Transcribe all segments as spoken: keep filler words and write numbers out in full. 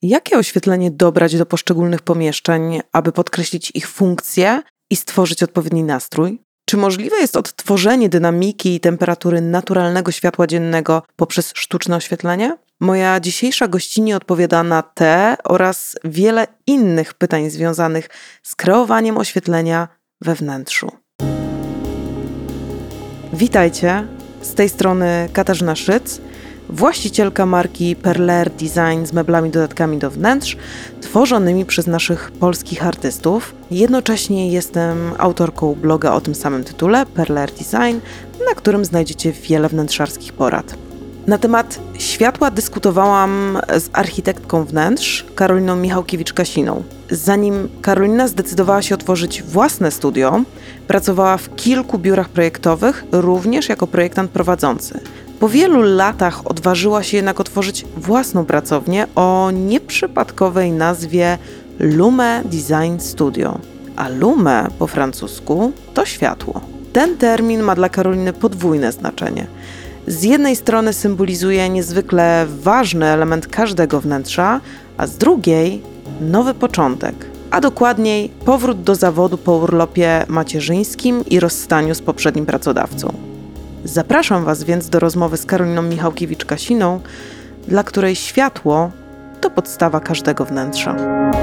Jakie oświetlenie dobrać do poszczególnych pomieszczeń, aby podkreślić ich funkcję i stworzyć odpowiedni nastrój? Czy możliwe jest odtworzenie dynamiki i temperatury naturalnego światła dziennego poprzez sztuczne oświetlenie? Moja dzisiejsza gościni odpowiada na te oraz wiele innych pytań związanych z kreowaniem oświetlenia we wnętrzu. Witajcie, z tej strony Katarzyna Szyc, właścicielka marki Perler Design z meblami dodatkami do wnętrz, tworzonymi przez naszych polskich artystów. Jednocześnie jestem autorką bloga o tym samym tytule, Perler Design, na którym znajdziecie wiele wnętrzarskich porad. Na temat światła dyskutowałam z architektką wnętrz, Karoliną Michałkiewicz-Kasiną. Zanim Karolina zdecydowała się otworzyć własne studio, pracowała w kilku biurach projektowych, również jako projektant prowadzący. Po wielu latach odważyła się jednak otworzyć własną pracownię o nieprzypadkowej nazwie Lume Design Studio. A lume po francusku to światło. Ten termin ma dla Karoliny podwójne znaczenie. Z jednej strony symbolizuje niezwykle ważny element każdego wnętrza, a z drugiej nowy początek, a dokładniej powrót do zawodu po urlopie macierzyńskim i rozstaniu z poprzednim pracodawcą. Zapraszam Was więc do rozmowy z Karoliną Michałkiewicz-Kasiną, dla której światło to podstawa każdego wnętrza.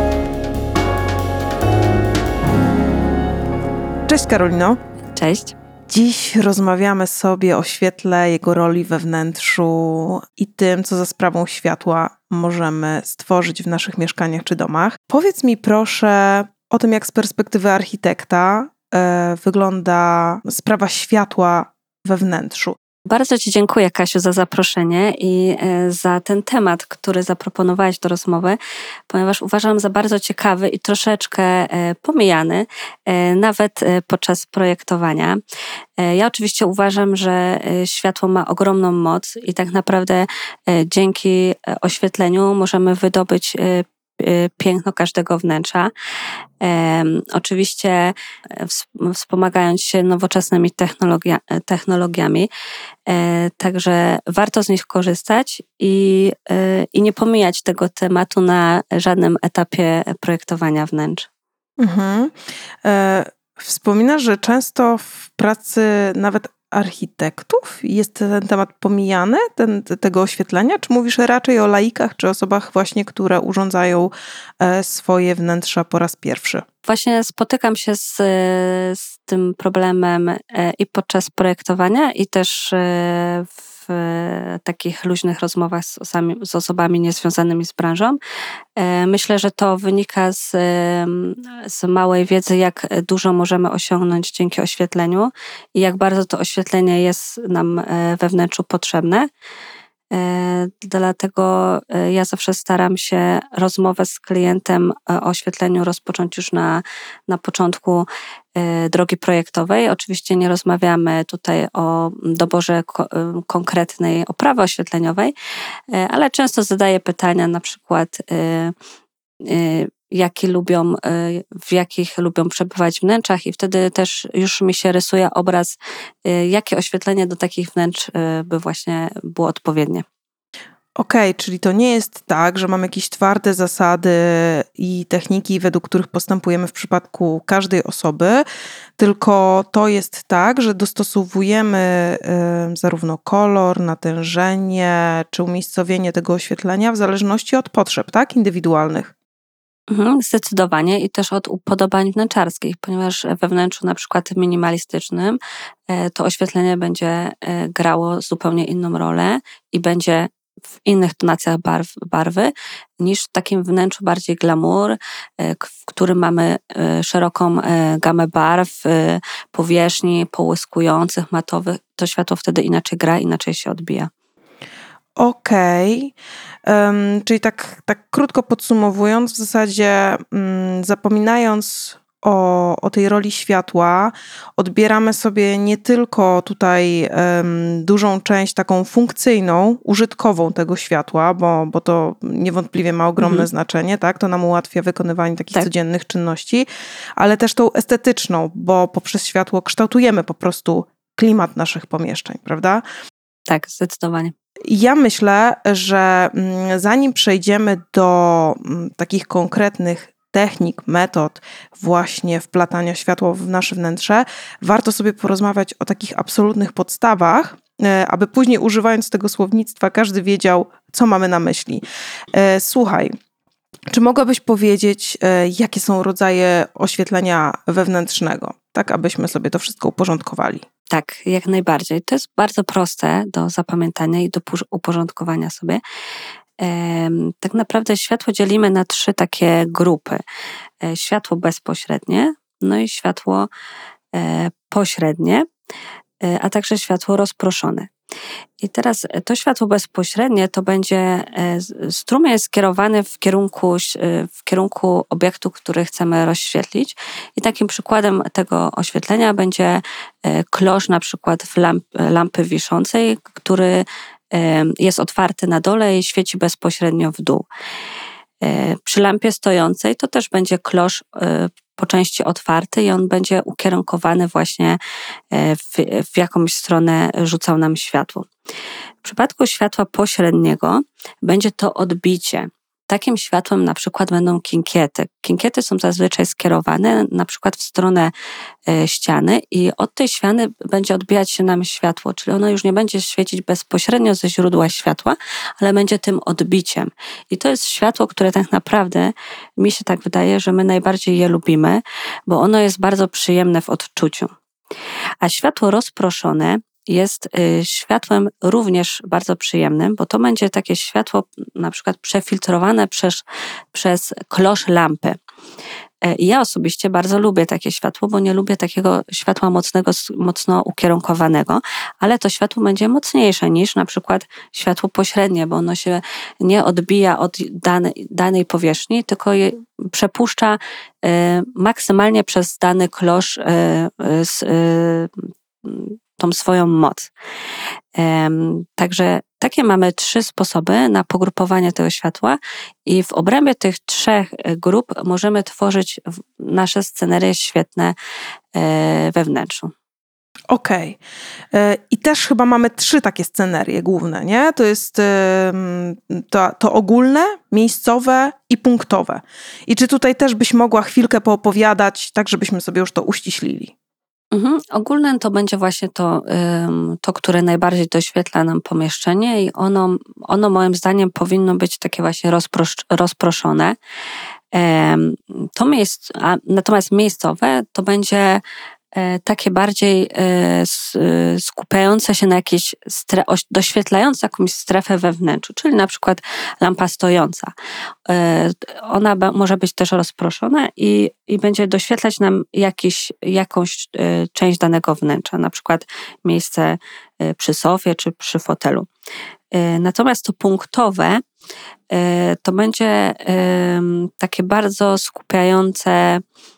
Cześć Karolino. Cześć. Dziś rozmawiamy sobie o świetle, jego roli we wnętrzu i tym, co za sprawą światła możemy stworzyć w naszych mieszkaniach czy domach. Powiedz mi proszę o tym, jak z perspektywy architekta e, wygląda sprawa światła we wnętrzu. Bardzo Ci dziękuję, Kasiu, za zaproszenie i za ten temat, który zaproponowałaś do rozmowy, ponieważ uważam za bardzo ciekawy i troszeczkę pomijany, nawet podczas projektowania. Ja oczywiście uważam, że światło ma ogromną moc i tak naprawdę dzięki oświetleniu możemy wydobyć piękno każdego wnętrza. E, oczywiście wspomagając się nowoczesnymi technologia, technologiami, e, także warto z nich korzystać i, e, i nie pomijać tego tematu na żadnym etapie projektowania wnętrz. Mhm. E, wspominasz, że często w pracy nawet architektów jest ten temat pomijany, ten, tego oświetlenia? Czy mówisz raczej o laikach, czy osobach właśnie, które urządzają swoje wnętrza po raz pierwszy? Właśnie spotykam się z, z tym problemem i podczas projektowania, i też w takich luźnych rozmowach z osobami, z osobami niezwiązanymi z branżą. Myślę, że to wynika z, z małej wiedzy, jak dużo możemy osiągnąć dzięki oświetleniu i jak bardzo to oświetlenie jest nam we wnętrzu potrzebne. Dlatego ja zawsze staram się rozmowę z klientem o oświetleniu rozpocząć już na, na początku drogi projektowej. Oczywiście nie rozmawiamy tutaj o doborze ko- konkretnej oprawy oświetleniowej, ale często zadaję pytania, na przykład jakie lubią, w jakich lubią przebywać wnętrzach, i wtedy też już mi się rysuje obraz, jakie oświetlenie do takich wnętrz by właśnie było odpowiednie. Okej, okay, czyli to nie jest tak, że mamy jakieś twarde zasady i techniki, według których postępujemy w przypadku każdej osoby, tylko to jest tak, że dostosowujemy y, zarówno kolor, natężenie czy umiejscowienie tego oświetlenia w zależności od potrzeb, tak, indywidualnych. Mhm, zdecydowanie, i też od upodobań wnętrzarskich, ponieważ we wnętrzu na przykład minimalistycznym to oświetlenie będzie grało zupełnie inną rolę i będzie w innych tonacjach barw, barwy niż w takim wnętrzu bardziej glamour, w którym mamy szeroką gamę barw, powierzchni połyskujących, matowych. To światło wtedy inaczej gra, inaczej się odbija. Okej, okay. um, czyli tak, tak krótko podsumowując, w zasadzie um, zapominając o, o tej roli światła, odbieramy sobie nie tylko tutaj um, dużą część taką funkcyjną, użytkową tego światła, bo, bo to niewątpliwie ma ogromne mhm. znaczenie, tak? To nam ułatwia wykonywanie takich tak. codziennych czynności, ale też tą estetyczną, bo poprzez światło kształtujemy po prostu klimat naszych pomieszczeń, prawda? Tak, zdecydowanie. Ja myślę, że zanim przejdziemy do takich konkretnych technik, metod właśnie wplatania światła w nasze wnętrze, warto sobie porozmawiać o takich absolutnych podstawach, aby później używając tego słownictwa każdy wiedział, co mamy na myśli. Słuchaj, czy mogłabyś powiedzieć, jakie są rodzaje oświetlenia wewnętrznego, tak abyśmy sobie to wszystko uporządkowali? Tak, jak najbardziej. To jest bardzo proste do zapamiętania i do uporządkowania sobie. Tak naprawdę światło dzielimy na trzy takie grupy. Światło bezpośrednie, no i światło pośrednie, a także światło rozproszone. I teraz to światło bezpośrednie to będzie strumień skierowany w kierunku, w kierunku obiektu, który chcemy rozświetlić. I takim przykładem tego oświetlenia będzie klosz na przykład w lamp, lampy wiszącej, który jest otwarty na dole i świeci bezpośrednio w dół. Przy lampie stojącej to też będzie klosz po części otwarty i on będzie ukierunkowany właśnie w, w jakąś stronę, rzucał nam światło. W przypadku światła pośredniego będzie to odbicie. Takim światłem na przykład będą kinkiety. Kinkiety są zazwyczaj skierowane na przykład w stronę e, ściany i od tej ściany będzie odbijać się nam światło, czyli ono już nie będzie świecić bezpośrednio ze źródła światła, ale będzie tym odbiciem. I to jest światło, które tak naprawdę, mi się tak wydaje, że my najbardziej je lubimy, bo ono jest bardzo przyjemne w odczuciu. A światło rozproszone jest światłem również bardzo przyjemnym, bo to będzie takie światło na przykład przefiltrowane przez, przez klosz lampy. I ja osobiście bardzo lubię takie światło, bo nie lubię takiego światła mocnego, mocno ukierunkowanego, ale to światło będzie mocniejsze niż na przykład światło pośrednie, bo ono się nie odbija od danej, danej powierzchni, tylko je przepuszcza y, maksymalnie przez dany klosz y, y, y, tą swoją moc. Także takie mamy trzy sposoby na pogrupowanie tego światła i w obrębie tych trzech grup możemy tworzyć nasze scenerie świetne we wnętrzu. Okej. Okay. I też chyba mamy trzy takie scenerie główne, nie? To jest to, to ogólne, miejscowe i punktowe. I czy tutaj też byś mogła chwilkę poopowiadać, tak żebyśmy sobie już to uściślili? Mhm. Ogólne to będzie właśnie to, to, które najbardziej doświetla nam pomieszczenie i ono, ono moim zdaniem powinno być takie właśnie rozprosz, rozproszone. To miejsc, a natomiast miejscowe to będzie takie bardziej skupiające się na jakiejś, stre, doświetlające jakąś strefę we wnętrzu, czyli na przykład lampa stojąca. Ona może być też rozproszona i, i będzie doświetlać nam jakiś, jakąś część danego wnętrza, na przykład miejsce przy sofie czy przy fotelu. Natomiast to punktowe to będzie takie bardzo skupiające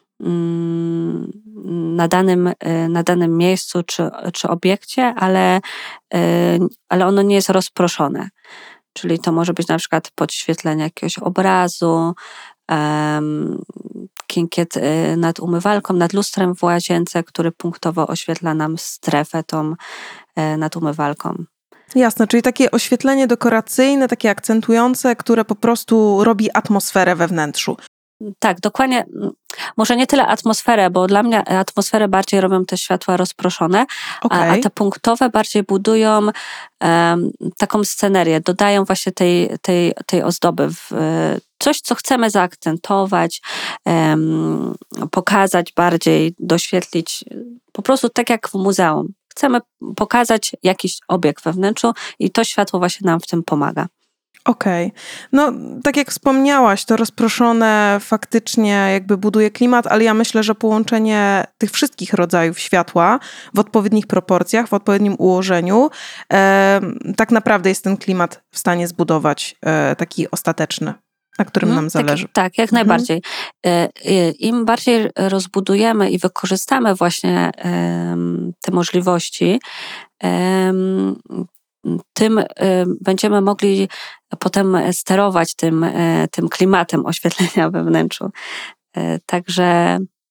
na danym, na danym miejscu czy, czy obiekcie, ale, ale ono nie jest rozproszone. Czyli to może być na przykład podświetlenie jakiegoś obrazu, um, kinkiet nad umywalką, nad lustrem w łazience, który punktowo oświetla nam strefę tą nad umywalką. Jasne, czyli takie oświetlenie dekoracyjne, takie akcentujące, które po prostu robi atmosferę we wnętrzu. Tak, dokładnie. Może nie tyle atmosferę, bo dla mnie atmosferę bardziej robią te światła rozproszone, okay. a, a te punktowe bardziej budują um, taką scenerię, dodają właśnie tej, tej, tej ozdoby w coś, co chcemy zaakcentować, um, pokazać bardziej, doświetlić, po prostu tak jak w muzeum. Chcemy pokazać jakiś obiekt we wnętrzu i to światło właśnie nam w tym pomaga. Okej. Okay. No, tak jak wspomniałaś, to rozproszone faktycznie jakby buduje klimat, ale ja myślę, że połączenie tych wszystkich rodzajów światła w odpowiednich proporcjach, w odpowiednim ułożeniu, e, tak naprawdę jest ten klimat w stanie zbudować e, taki ostateczny, na którym hmm, nam zależy. Tak, tak jak mhm. najbardziej. Im bardziej rozbudujemy i wykorzystamy właśnie um, te możliwości, um, tym y, będziemy mogli potem sterować tym, y, tym klimatem oświetlenia we wnętrzu. Y, także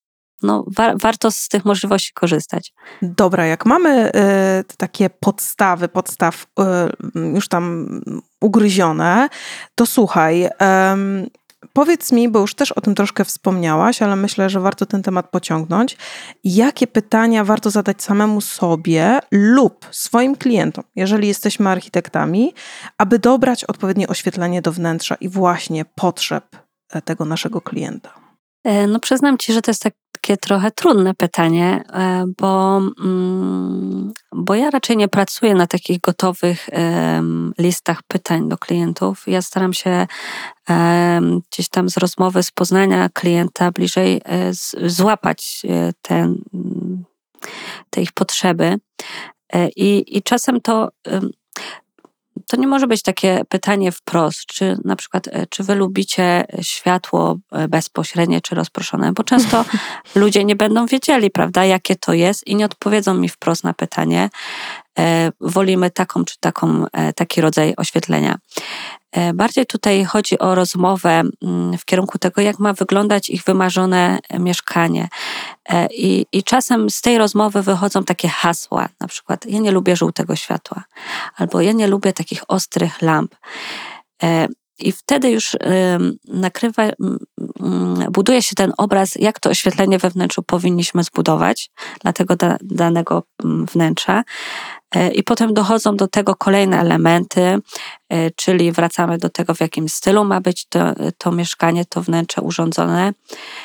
no, wa- warto z tych możliwości korzystać. Dobra, jak mamy y, takie podstawy, podstaw y, już tam ugryzione, to słuchaj, ym, powiedz mi, bo już też o tym troszkę wspomniałaś, ale myślę, że warto ten temat pociągnąć. Jakie pytania warto zadać samemu sobie lub swoim klientom, jeżeli jesteśmy architektami, aby dobrać odpowiednie oświetlenie do wnętrza i właśnie potrzeb tego naszego klienta? No przyznam ci, że to jest takie trochę trudne pytanie, bo, bo ja raczej nie pracuję na takich gotowych listach pytań do klientów. Ja staram się gdzieś tam z rozmowy, z poznania klienta bliżej złapać te, te ich potrzeby. I, i czasem to... To nie może być takie pytanie wprost, czy na przykład, czy wy lubicie światło bezpośrednie, czy rozproszone, bo często ludzie nie będą wiedzieli, prawda, jakie to jest i nie odpowiedzą mi wprost na pytanie. Wolimy taką czy taką, taki rodzaj oświetlenia. Bardziej tutaj chodzi o rozmowę w kierunku tego, jak ma wyglądać ich wymarzone mieszkanie. I, i czasem z tej rozmowy wychodzą takie hasła, na przykład ja nie lubię żółtego światła, albo ja nie lubię takich ostrych lamp. I wtedy już nakrywa, buduje się ten obraz, jak to oświetlenie we wnętrzu powinniśmy zbudować dla tego da, danego wnętrza. I potem dochodzą do tego kolejne elementy, czyli wracamy do tego, w jakim stylu ma być to, to mieszkanie, to wnętrze urządzone,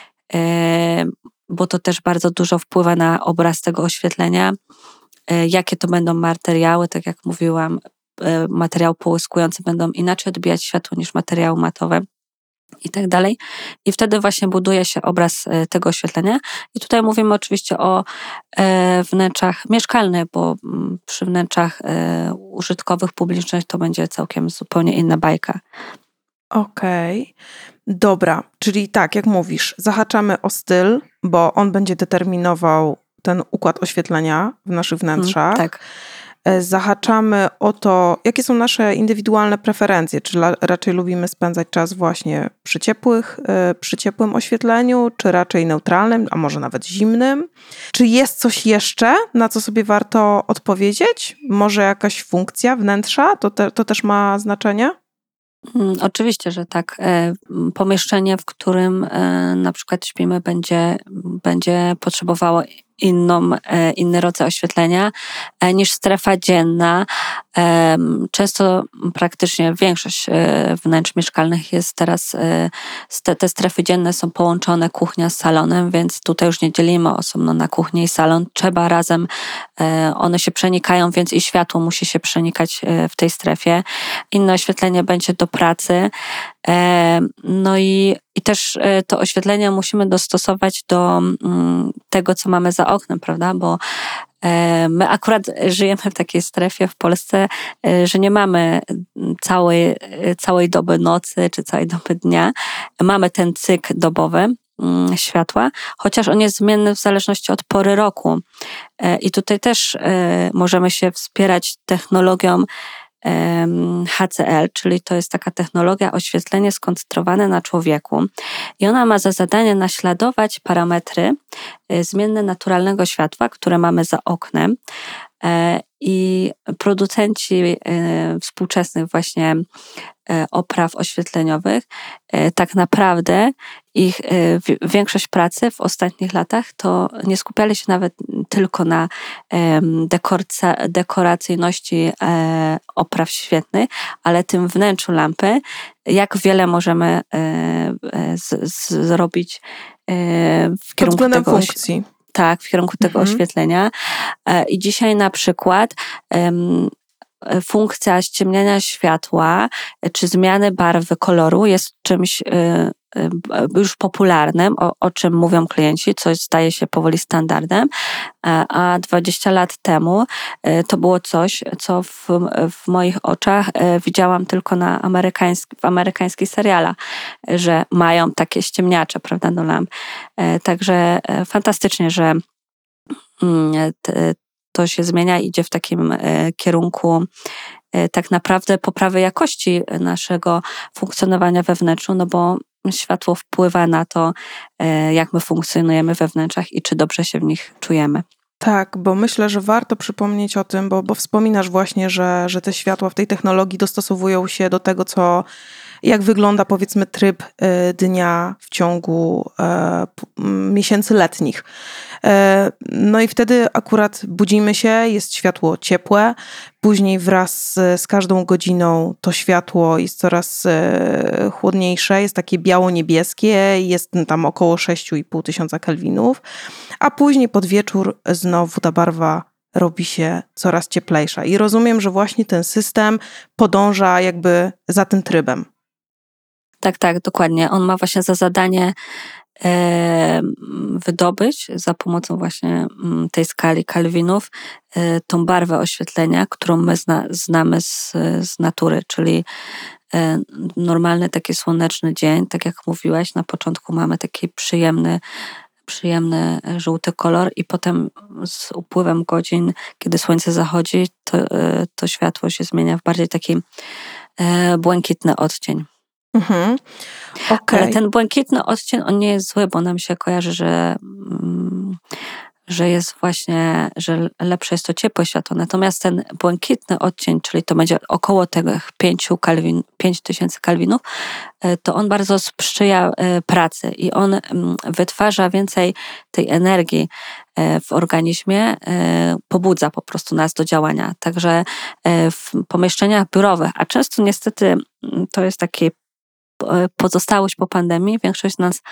bo to też bardzo dużo wpływa na obraz tego oświetlenia. Jakie to będą materiały, tak jak mówiłam, materiały połyskujące będą inaczej odbijać światło niż materiały matowe i tak dalej. I wtedy właśnie buduje się obraz tego oświetlenia. I tutaj mówimy oczywiście o wnętrzach mieszkalnych, bo przy wnętrzach użytkowych, publicznych to będzie całkiem zupełnie inna bajka. Okej, okay. Dobra, czyli tak, jak mówisz, zahaczamy o styl, bo on będzie determinował ten układ oświetlenia w naszych wnętrzach. Hmm, tak. Zahaczamy o to, jakie są nasze indywidualne preferencje, czy la, raczej lubimy spędzać czas właśnie przy ciepłych, przy ciepłym oświetleniu, czy raczej neutralnym, a może nawet zimnym. Czy jest coś jeszcze, na co sobie warto odpowiedzieć? Może jakaś funkcja wnętrza? To, te, to też ma znaczenie? Hmm, oczywiście, że tak. E, pomieszczenie, w którym e, na przykład śpimy, będzie, będzie potrzebowało inną, e, inny rodzaj oświetlenia e, niż strefa dzienna. E, często praktycznie większość e, wnętrz mieszkalnych jest teraz, e, te, te strefy dzienne są połączone kuchnia z salonem, więc tutaj już nie dzielimy osobno na kuchnię i salon. Trzeba razem, e, one się przenikają, więc i światło musi się przenikać e, w tej strefie. Inne oświetlenie będzie do pracy. E, no i, i też e, to oświetlenie musimy dostosować do mm, tego, co mamy za oknem, prawda? Bo e, my akurat żyjemy w takiej strefie w Polsce, e, że nie mamy całej, całej doby nocy czy całej doby dnia. Mamy ten cykl dobowy mm, światła, chociaż on jest zmienny w zależności od pory roku. E, I tutaj też e, możemy się wspierać technologią H C L, czyli to jest taka technologia oświetlenie skoncentrowane na człowieku i ona ma za zadanie naśladować parametry zmienne naturalnego światła, które mamy za oknem i producenci współczesnych właśnie opraw oświetleniowych tak naprawdę ich większość pracy w ostatnich latach to nie skupiali się nawet tylko na dekoracyjności opraw świetnych, ale tym wnętrzu lampy, jak wiele możemy z, z, zrobić w kierunku pod tego funkcji. Tak, w kierunku tego mhm. oświetlenia. I dzisiaj na przykład um, funkcja ściemniania światła czy zmiany barwy koloru jest czymś y, y, już popularnym, o, o czym mówią klienci, co staje się powoli standardem, a dwadzieścia lat temu y, to było coś, co w, w moich oczach y, widziałam tylko na amerykański, w amerykańskich serialach, że mają takie ściemniacze, prawda, do lamp. Y, także y, fantastycznie, że y, t, to się zmienia, idzie w takim e, kierunku e, tak naprawdę poprawy jakości naszego funkcjonowania we wnętrzu, no bo światło wpływa na to, jak my funkcjonujemy we wnętrzach i czy dobrze się w nich czujemy. Tak, bo myślę, że warto przypomnieć o tym, bo, bo wspominasz właśnie, że, że te światła w tej technologii dostosowują się do tego, co, jak wygląda powiedzmy tryb dnia w ciągu e, miesięcy letnich. E, no i wtedy akurat budzimy się, jest światło ciepłe, później wraz z, z każdą godziną to światło jest coraz e, chłodniejsze, jest takie biało-niebieskie, jest tam około sześć i pół tysiąca kelwinów, a później pod wieczór znowu ta barwa robi się coraz cieplejsza. I rozumiem, że właśnie ten system podąża jakby za tym trybem. Tak, tak, dokładnie. On ma właśnie za zadanie e, wydobyć za pomocą właśnie tej skali kelwinów e, tą barwę oświetlenia, którą my zna, znamy z, z natury, czyli e, normalny taki słoneczny dzień, tak jak mówiłaś, na początku mamy taki przyjemny przyjemny żółty kolor i potem z upływem godzin, kiedy słońce zachodzi, to, to światło się zmienia w bardziej taki e, błękitny odcień. Mhm. Okay. Ale ten błękitny odcień, on nie jest zły, bo nam się kojarzy, że, mm, że jest właśnie, że lepsze jest to ciepłe światło. Natomiast ten błękitny odcień, czyli to będzie około tego pięć tysięcy kelwinów, to on bardzo sprzyja pracy i on wytwarza więcej tej energii w organizmie, pobudza po prostu nas do działania. Także w pomieszczeniach biurowych, a często niestety to jest taki pozostałość po pandemii. Większość z nas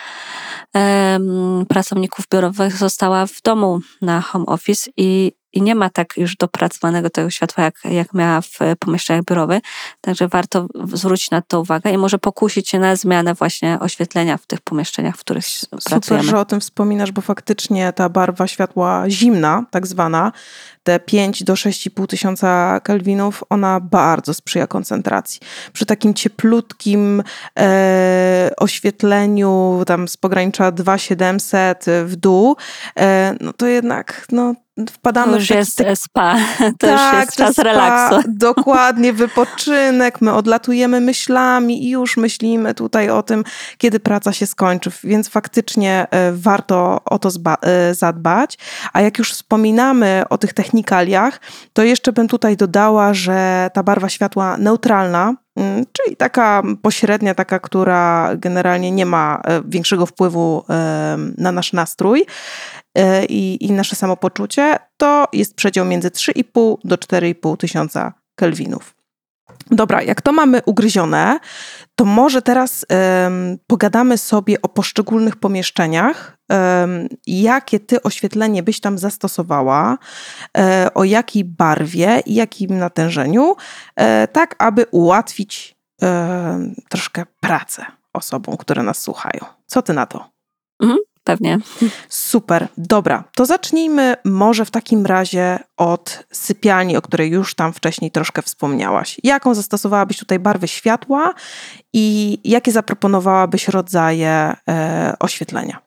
um, pracowników biurowych została w domu na home office i, i nie ma tak już dopracowanego tego światła, jak, jak miała w pomieszczeniach biurowych. Także warto zwrócić na to uwagę i może pokusić się na zmianę właśnie oświetlenia w tych pomieszczeniach, w których Super, pracujemy. Super, że o tym wspominasz, bo faktycznie ta barwa światła zimna, tak zwana, te pięć do sześć i pół tysiąca kelwinów, ona bardzo sprzyja koncentracji. Przy takim cieplutkim e, oświetleniu tam z pogranicza dwa tysiące siedemset w dół, e, no to jednak no, wpadamy to już w taki, jest taki, spa, to tak, już jest czas spa, relaksu. Dokładnie, wypoczynek, my odlatujemy myślami i już myślimy tutaj o tym, kiedy praca się skończy, więc faktycznie warto o to zba- zadbać. A jak już wspominamy o tych technikaliach, to jeszcze bym tutaj dodała, że ta barwa światła neutralna, czyli taka pośrednia, taka, która generalnie nie ma większego wpływu na nasz nastrój i, i nasze samopoczucie, to jest przedział między trzy i pół do cztery i pół tysiąca kelwinów. Dobra, jak to mamy ugryzione, to może teraz um, pogadamy sobie o poszczególnych pomieszczeniach, um, jakie ty oświetlenie byś tam zastosowała, um, o jakiej barwie i jakim natężeniu, um, tak aby ułatwić um, troszkę pracę osobom, które nas słuchają. Co ty na to? Mhm. Pewnie. Super, dobra. To zacznijmy może w takim razie od sypialni, o której już tam wcześniej troszkę wspomniałaś. Jaką zastosowałabyś tutaj barwę światła i jakie zaproponowałabyś rodzaje e, oświetlenia?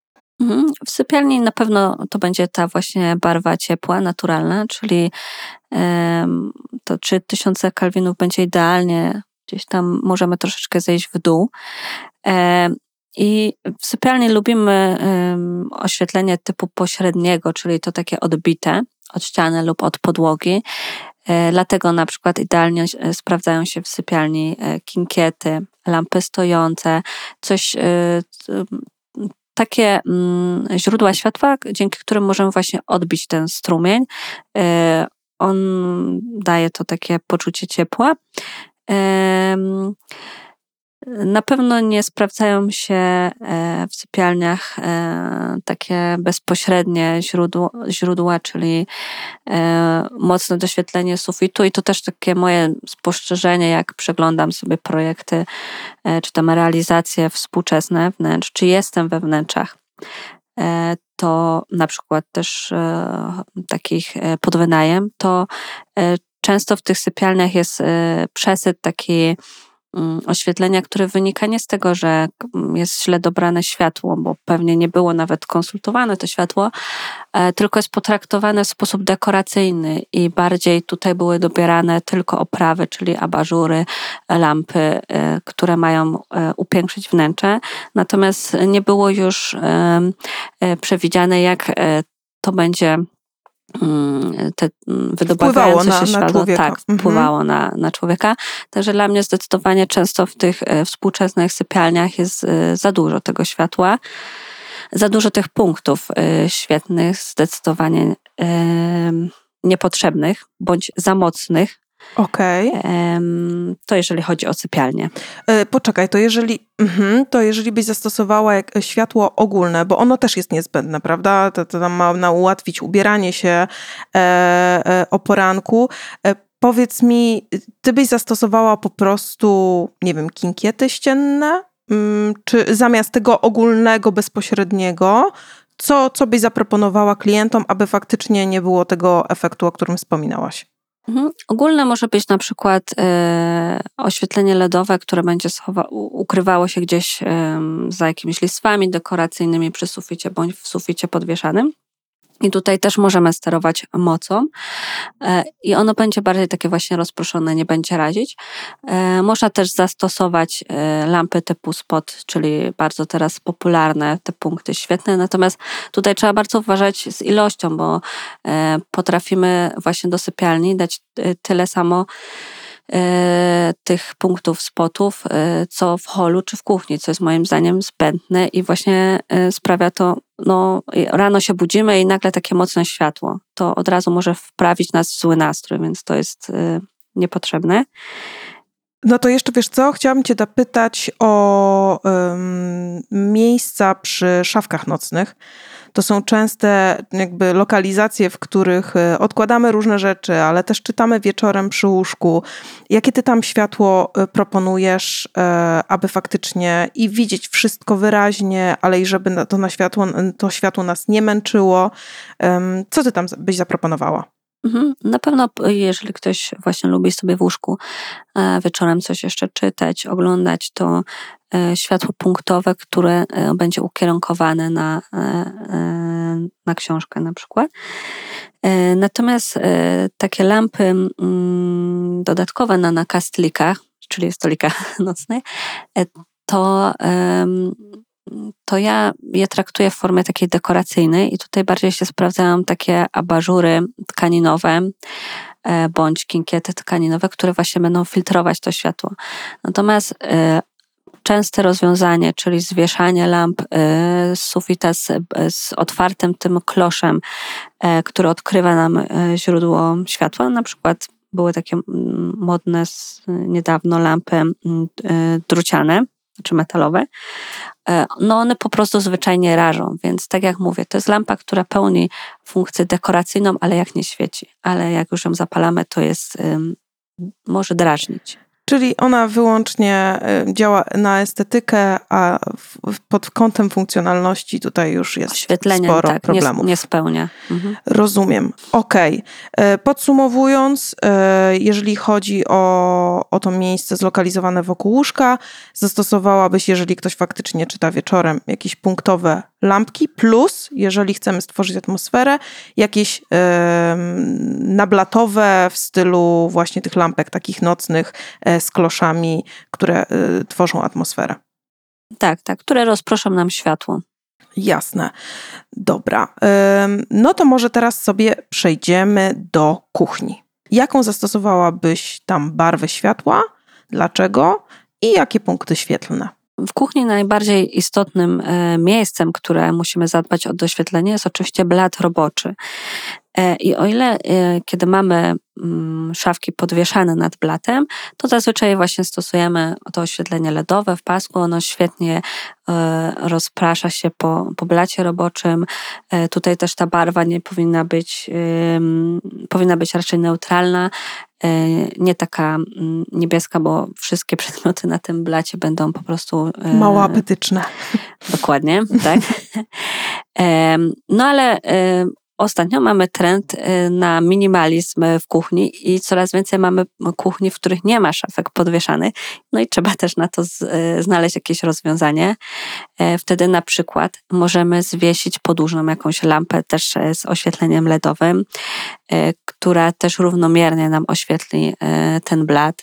W sypialni na pewno to będzie ta właśnie barwa ciepła, naturalna, czyli e, to trzy tysiące kelwinów będzie idealnie, gdzieś tam możemy troszeczkę zejść w dół. E, I w sypialni lubimy um, oświetlenie typu pośredniego, czyli to takie odbite od ściany lub od podłogi. E, dlatego na przykład idealnie e, sprawdzają się w sypialni e, kinkiety, lampy stojące, coś e, e, takie mm, źródła światła, dzięki którym możemy właśnie odbić ten strumień. E, on daje to takie poczucie ciepła. E, Na pewno nie sprawdzają się w sypialniach takie bezpośrednie źródła, źródła, czyli mocne doświetlenie sufitu i to też takie moje spostrzeżenie, jak przeglądam sobie projekty, czy tam realizacje współczesne wnętrz, czy jestem we wnętrzach, to na przykład też takich pod wynajem, to często w tych sypialniach jest przesyt taki oświetlenia, które wynika nie z tego, że jest źle dobrane światło, bo pewnie nie było nawet konsultowane to światło, tylko jest potraktowane w sposób dekoracyjny i bardziej tutaj były dobierane tylko oprawy, czyli abażury, lampy, które mają upiększyć wnętrze. Natomiast nie było już przewidziane, jak to będzie te wydobywające się światło tak, wpływało mhm. na, na człowieka. Także dla mnie zdecydowanie często w tych współczesnych sypialniach jest za dużo tego światła, za dużo tych punktów świetnych, zdecydowanie niepotrzebnych bądź za mocnych. Okej. Okay. To jeżeli chodzi o sypialnię. Poczekaj, to jeżeli, to jeżeli byś zastosowała jak światło ogólne, bo ono też jest niezbędne, prawda? To, to nam ma na ułatwić ubieranie się e, e, o poranku. E, powiedz mi, ty byś zastosowała po prostu, nie wiem, kinkiety ścienne? Czy zamiast tego ogólnego, bezpośredniego, co, co byś zaproponowała klientom, aby faktycznie nie było tego efektu, o którym wspominałaś? Mhm. Ogólne może być na przykład e, oświetlenie ledowe, które będzie schowa- ukrywało się gdzieś e, za jakimiś listwami dekoracyjnymi przy suficie bądź w suficie podwieszanym. I tutaj też możemy sterować mocą e, i ono będzie bardziej takie właśnie rozproszone, nie będzie razić. E, można też zastosować e, lampy typu spot, czyli bardzo teraz popularne te punkty świetne, natomiast tutaj trzeba bardzo uważać z ilością, bo e, potrafimy właśnie do sypialni dać e, tyle samo e, tych punktów spotów, e, co w holu czy w kuchni, co jest moim zdaniem zbędne i właśnie e, sprawia to, no rano się budzimy i nagle takie mocne światło. To od razu może wprawić nas w zły nastrój, więc to jest y, niepotrzebne. No to jeszcze wiesz co, chciałabym cię zapytać o um, miejsca przy szafkach nocnych. To są częste jakby lokalizacje, w których odkładamy różne rzeczy, ale też czytamy wieczorem przy łóżku. Jakie ty tam światło proponujesz, aby faktycznie i widzieć wszystko wyraźnie, ale i żeby to, na światło, to światło nas nie męczyło? Co ty tam byś zaproponowała? Na pewno, jeżeli ktoś właśnie lubi sobie w łóżku wieczorem coś jeszcze czytać, oglądać, to światło punktowe, które będzie ukierunkowane na, na książkę na przykład. Natomiast takie lampy dodatkowe na nakastlikach, czyli stolikach nocnych, to to ja je traktuję w formie takiej dekoracyjnej i tutaj bardziej się sprawdzają takie abażury tkaninowe bądź kinkiety tkaninowe, które właśnie będą filtrować to światło. Natomiast częste rozwiązanie, czyli zwieszanie lamp z sufita z, z otwartym tym kloszem, który odkrywa nam źródło światła, na przykład były takie modne niedawno lampy druciane, czy metalowe, no one po prostu zwyczajnie rażą, więc tak jak mówię, to jest lampa, która pełni funkcję dekoracyjną, ale jak nie świeci, ale jak już ją zapalamy, to jest, może drażnić. Czyli ona wyłącznie działa na estetykę, a pod kątem funkcjonalności tutaj już jest sporo tak, problemów. Nie, nie spełnia. Mhm. Rozumiem. Okej. Okay. Podsumowując, jeżeli chodzi o, o to miejsce zlokalizowane wokół łóżka, zastosowałabyś, jeżeli ktoś faktycznie czyta wieczorem, jakieś punktowe lampki, plus, jeżeli chcemy stworzyć atmosferę, jakieś e, nablatowe w stylu właśnie tych lampek takich nocnych e, z kloszami, które e, tworzą atmosferę. Tak, tak, które rozproszą nam światło. Jasne. Dobra. E, no to może teraz sobie przejdziemy do kuchni. Jaką zastosowałabyś tam barwę światła? Dlaczego? I jakie punkty świetlne? W kuchni najbardziej istotnym miejscem, które musimy zadbać o doświetlenie, jest oczywiście blat roboczy. I o ile kiedy mamy szafki podwieszane nad blatem, to zazwyczaj właśnie stosujemy to oświetlenie ledowe w pasku. Ono świetnie rozprasza się po, po blacie roboczym. Tutaj też ta barwa nie powinna być, powinna być raczej neutralna, nie taka niebieska, bo wszystkie przedmioty na tym blacie będą po prostu mało apetyczne. Dokładnie, tak. No ale ostatnio mamy trend na minimalizm w kuchni i coraz więcej mamy kuchni, w których nie ma szafek podwieszanych. No i trzeba też na to z, znaleźć jakieś rozwiązanie. Wtedy na przykład możemy zwiesić podłużną jakąś lampę też z oświetleniem LEDowym, która też równomiernie nam oświetli ten blat.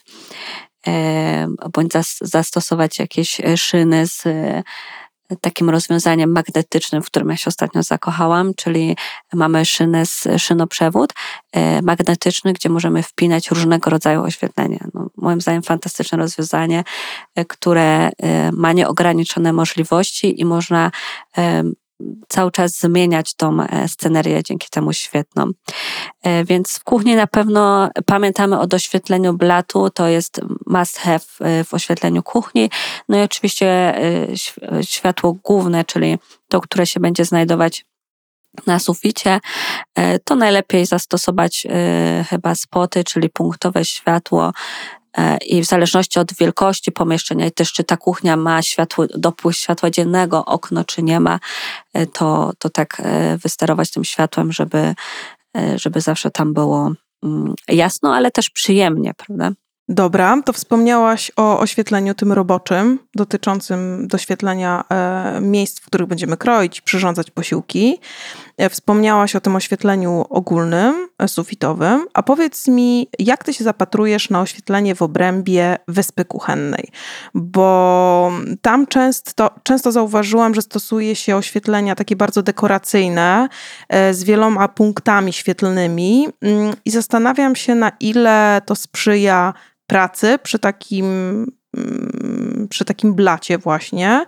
Bądź zastosować jakieś szyny z takim rozwiązaniem magnetycznym, w którym ja się ostatnio zakochałam, czyli mamy szynę z szynoprzewód magnetyczny, gdzie możemy wpinać różnego rodzaju oświetlenie. No, moim zdaniem fantastyczne rozwiązanie, które ma nieograniczone możliwości i można cały czas zmieniać tą scenerię dzięki temu świetną. Więc w kuchni na pewno pamiętamy o doświetleniu blatu, to jest must have w oświetleniu kuchni. No i oczywiście światło główne, czyli to, które się będzie znajdować na suficie, to najlepiej zastosować chyba spoty, czyli punktowe światło, i w zależności od wielkości pomieszczenia i też czy ta kuchnia ma światło, dopływ światła dziennego, okno czy nie ma, to, to tak wysterować tym światłem, żeby, żeby zawsze tam było jasno, ale też przyjemnie, prawda? Dobra, to wspomniałaś o oświetleniu tym roboczym, dotyczącym doświetlenia e, miejsc, w których będziemy kroić, przyrządzać posiłki. E, wspomniałaś o tym oświetleniu ogólnym, e, sufitowym, a powiedz mi, jak ty się zapatrujesz na oświetlenie w obrębie wyspy kuchennej? Bo tam często, często zauważyłam, że stosuje się oświetlenia takie bardzo dekoracyjne, e, z wieloma punktami świetlnymi mm, i zastanawiam się, na ile to sprzyja pracy przy takim, przy takim blacie właśnie,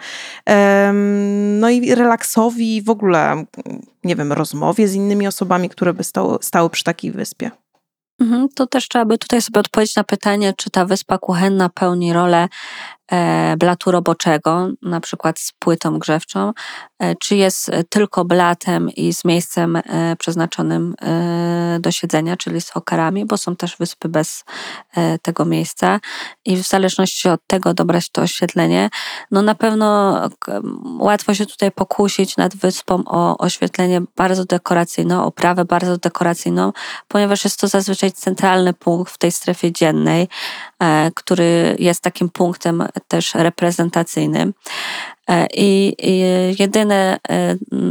no i relaksowi, w ogóle, nie wiem, rozmowie z innymi osobami, które by stały, stały przy takiej wyspie. Mhm, to też trzeba by tutaj sobie odpowiedzieć na pytanie, czy ta wyspa kuchenna pełni rolę e, blatu roboczego, na przykład z płytą grzewczą, e, czy jest tylko blatem i z miejscem e, przeznaczonym e, do siedzenia, czyli z hokarami, bo są też wyspy bez e, tego miejsca i w zależności od tego dobrać to oświetlenie. No na pewno k, łatwo się tutaj pokusić nad wyspą o oświetlenie bardzo dekoracyjne, oprawę bardzo dekoracyjną, ponieważ jest to zazwyczaj centralny punkt w tej strefie dziennej, e, który jest takim punktem też reprezentacyjnym. E, i, I jedyne, e,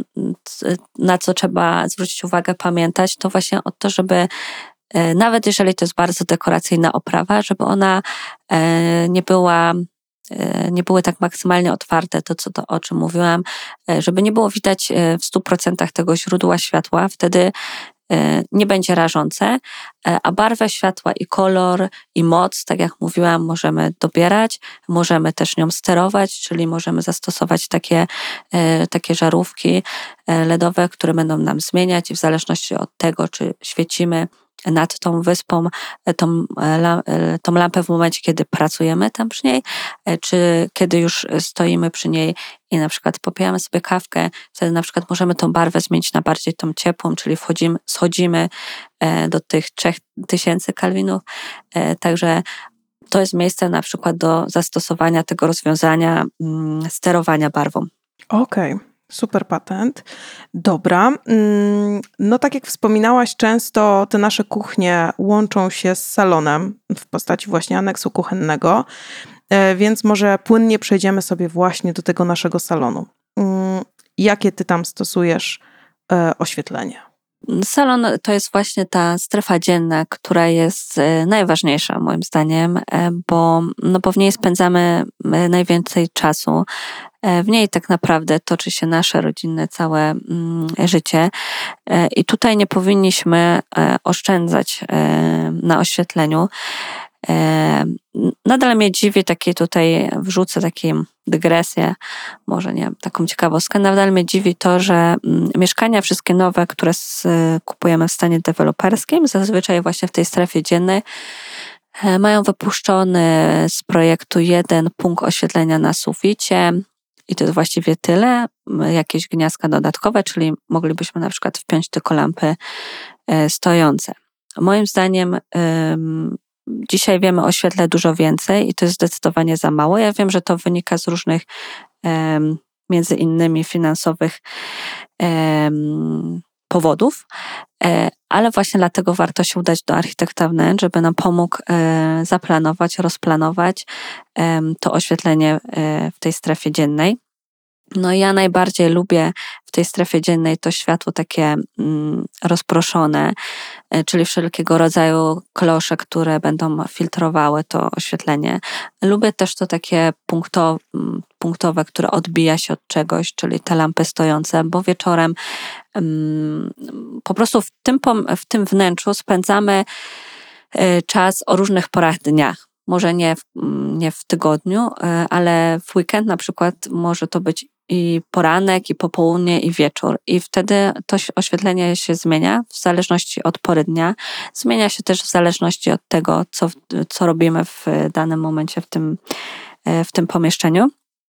na co trzeba zwrócić uwagę, pamiętać, to właśnie o to, żeby e, nawet jeżeli to jest bardzo dekoracyjna oprawa, żeby ona e, nie była nie były tak maksymalnie otwarte, to co to, o czym mówiłam, żeby nie było widać w stu procentach tego źródła światła, wtedy nie będzie rażące, a barwę światła i kolor i moc, tak jak mówiłam, możemy dobierać, możemy też nią sterować, czyli możemy zastosować takie, takie żarówki LEDowe, które będą nam zmieniać i w zależności od tego, czy świecimy nad tą wyspą, tą, tą lampę w momencie, kiedy pracujemy tam przy niej, czy kiedy już stoimy przy niej i na przykład popijamy sobie kawkę, wtedy na przykład możemy tą barwę zmienić na bardziej tą ciepłą, czyli wchodzimy, schodzimy do tych trzech tysięcy kelwinów. Także to jest miejsce na przykład do zastosowania tego rozwiązania sterowania barwą. Okej. Okay. Super patent. Dobra. No tak jak wspominałaś, często te nasze kuchnie łączą się z salonem w postaci właśnie aneksu kuchennego, więc może płynnie przejdziemy sobie właśnie do tego naszego salonu. Jakie ty tam stosujesz oświetlenie? Salon to jest właśnie ta strefa dzienna, która jest najważniejsza moim zdaniem, bo, no bo w niej spędzamy najwięcej czasu. W niej tak naprawdę toczy się nasze rodzinne całe życie i tutaj nie powinniśmy oszczędzać na oświetleniu. Nadal mnie dziwi, takie tutaj wrzucę taką dygresję, może nie, taką ciekawostkę, nadal mnie dziwi to, że mieszkania wszystkie nowe, które kupujemy w stanie deweloperskim, zazwyczaj właśnie w tej strefie dziennej, mają wypuszczony z projektu jeden punkt oświetlenia na suficie i to jest właściwie tyle, jakieś gniazdka dodatkowe, czyli moglibyśmy na przykład wpiąć tylko lampy stojące. Moim zdaniem dzisiaj wiemy o świetle dużo więcej i to jest zdecydowanie za mało. Ja wiem, że to wynika z różnych między innymi finansowych powodów, ale właśnie dlatego warto się udać do architekta wnętrz, żeby nam pomógł zaplanować, rozplanować to oświetlenie w tej strefie dziennej. No i ja najbardziej lubię w tej strefie dziennej to światło takie mm, rozproszone, czyli wszelkiego rodzaju klosze, które będą filtrowały to oświetlenie. Lubię też to takie punkto, punktowe, które odbija się od czegoś, czyli te lampy stojące, bo wieczorem mm, po prostu w tym, w tym wnętrzu spędzamy czas o różnych porach dnia. Może nie w, nie w tygodniu, ale w weekend na przykład może to być i poranek, i popołudnie, i wieczór. I wtedy to oświetlenie się zmienia w zależności od pory dnia. Zmienia się też w zależności od tego, co, co robimy w danym momencie w tym, w tym pomieszczeniu.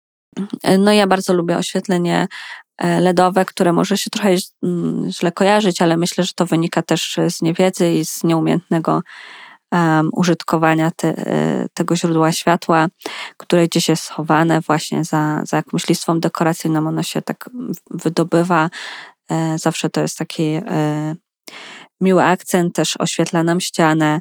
No ja bardzo lubię oświetlenie ledowe, które może się trochę źle kojarzyć, ale myślę, że to wynika też z niewiedzy i z nieumiejętnego Um, użytkowania te, tego źródła światła, które gdzieś jest schowane właśnie za, za jakąś listwą dekoracyjną. Ono się tak wydobywa. E, zawsze to jest taki e, miły akcent, też oświetla nam ścianę.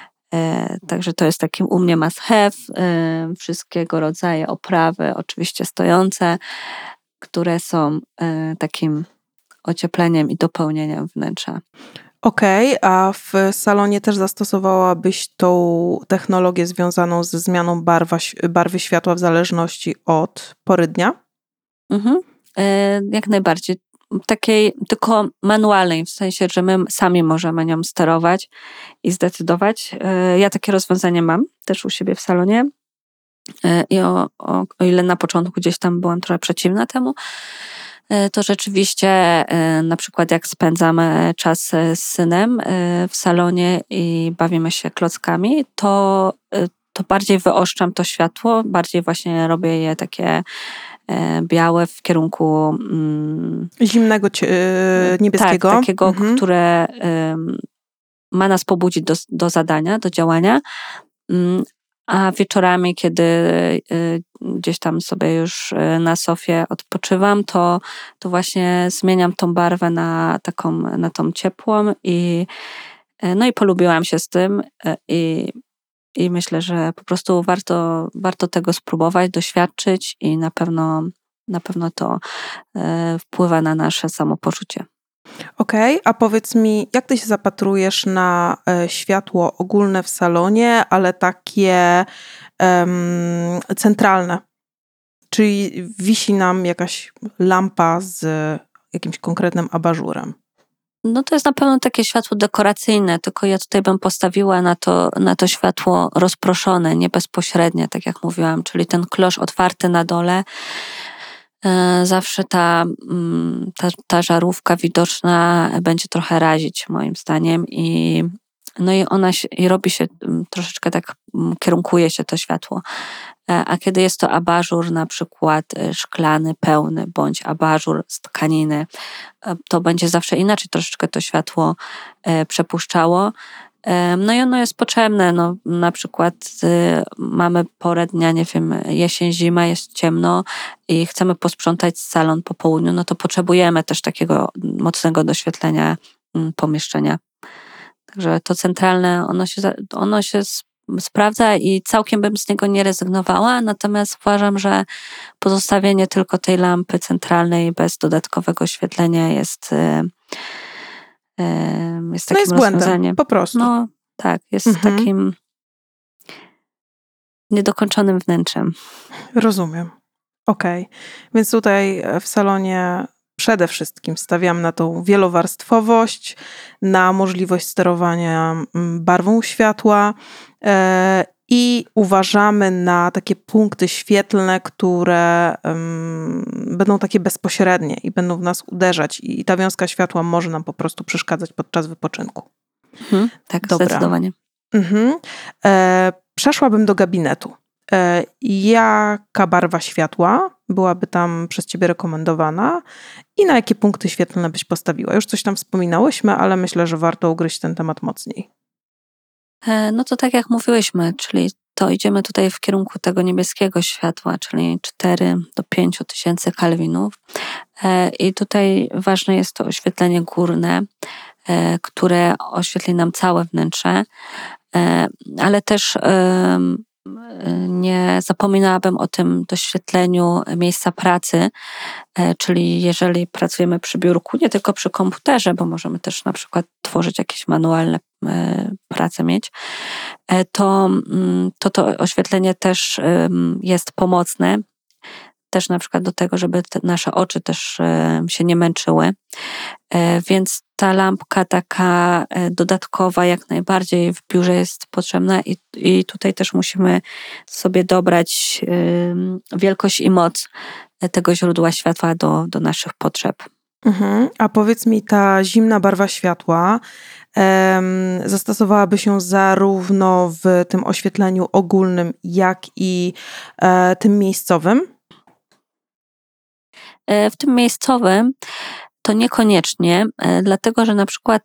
E, także to jest taki u mnie must have. E, wszystkiego rodzaju oprawy, oczywiście stojące, które są e, takim ociepleniem i dopełnieniem wnętrza. Okej, okay, a w salonie też zastosowałabyś tą technologię związaną ze zmianą barwa, barwy światła w zależności od pory dnia? Mhm. E, jak najbardziej. Takiej tylko manualnej, w sensie, że my sami możemy nią sterować i zdecydować. E, ja takie rozwiązanie mam też u siebie w salonie. E, I o, o, o ile na początku gdzieś tam byłam trochę przeciwna temu, to rzeczywiście na przykład jak spędzamy czas z synem w salonie i bawimy się klockami, to, to bardziej wyoszczam to światło, bardziej właśnie robię je takie białe w kierunku zimnego, niebieskiego. Tak, takiego, mhm. które ma nas pobudzić do, do zadania, do działania. A wieczorami, kiedy gdzieś tam sobie już na sofie odpoczywam, to, to właśnie zmieniam tą barwę na taką, na tą ciepłą i no i polubiłam się z tym i, i myślę, że po prostu warto, warto tego spróbować, doświadczyć i na pewno, na pewno to wpływa na nasze samopoczucie. Okej, okay, a powiedz mi, jak ty się zapatrujesz na e, światło ogólne w salonie, ale takie um, centralne? Czyli wisi nam jakaś lampa z jakimś konkretnym abażurem? No to jest na pewno takie światło dekoracyjne, tylko ja tutaj bym postawiła na to, na to światło rozproszone, nie bezpośrednie, tak jak mówiłam, czyli ten klosz otwarty na dole. Zawsze ta, ta, ta żarówka widoczna będzie trochę razić moim zdaniem i, no i ona się, i robi się troszeczkę tak, kierunkuje się to światło. A kiedy jest to abażur na przykład szklany, pełny, bądź abażur z tkaniny, to będzie zawsze inaczej troszeczkę to światło przepuszczało. No i ono jest potrzebne, no na przykład y, mamy porę dnia, nie wiem, jesień, zima, jest ciemno i chcemy posprzątać salon po południu, no to potrzebujemy też takiego mocnego doświetlenia y, pomieszczenia. Także to centralne, ono się, ono się sprawdza i całkiem bym z niego nie rezygnowała, natomiast uważam, że pozostawienie tylko tej lampy centralnej bez dodatkowego oświetlenia jest... Y, Jest takim no jest rozwiązaniem. Błędem, po prostu. No tak, jest mhm. takim niedokończonym wnętrzem. Rozumiem. Okej. Okay. Więc tutaj w salonie przede wszystkim stawiam na tą wielowarstwowość, na możliwość sterowania barwą światła e, i uważamy na takie punkty świetlne, które um, będą takie bezpośrednie i będą w nas uderzać i ta wiązka światła może nam po prostu przeszkadzać podczas wypoczynku. Mhm, tak, Dobra. Zdecydowanie. Mhm. E, przeszłabym do gabinetu. E, jaka barwa światła byłaby tam przez ciebie rekomendowana i na jakie punkty świetlne byś postawiła? Już coś tam wspominałyśmy, ale myślę, że warto ugryźć ten temat mocniej. E, no to tak jak mówiłyśmy, czyli to idziemy tutaj w kierunku tego niebieskiego światła, czyli cztery do pięciu tysięcy kelwinów. I tutaj ważne jest to oświetlenie górne, które oświetli nam całe wnętrze, ale też nie zapominałabym o tym doświetleniu miejsca pracy, czyli jeżeli pracujemy przy biurku, nie tylko przy komputerze, bo możemy też na przykład tworzyć jakieś manualne prace mieć, to to, to oświetlenie też jest pomocne, też na przykład do tego, żeby te nasze oczy też się nie męczyły, więc ta lampka taka dodatkowa jak najbardziej w biurze jest potrzebna i, i tutaj też musimy sobie dobrać wielkość i moc tego źródła światła do, do naszych potrzeb. Mhm. A powiedz mi, ta zimna barwa światła em, zastosowałaby się zarówno w tym oświetleniu ogólnym, jak i e, tym miejscowym? W tym miejscowym to niekoniecznie, dlatego że na przykład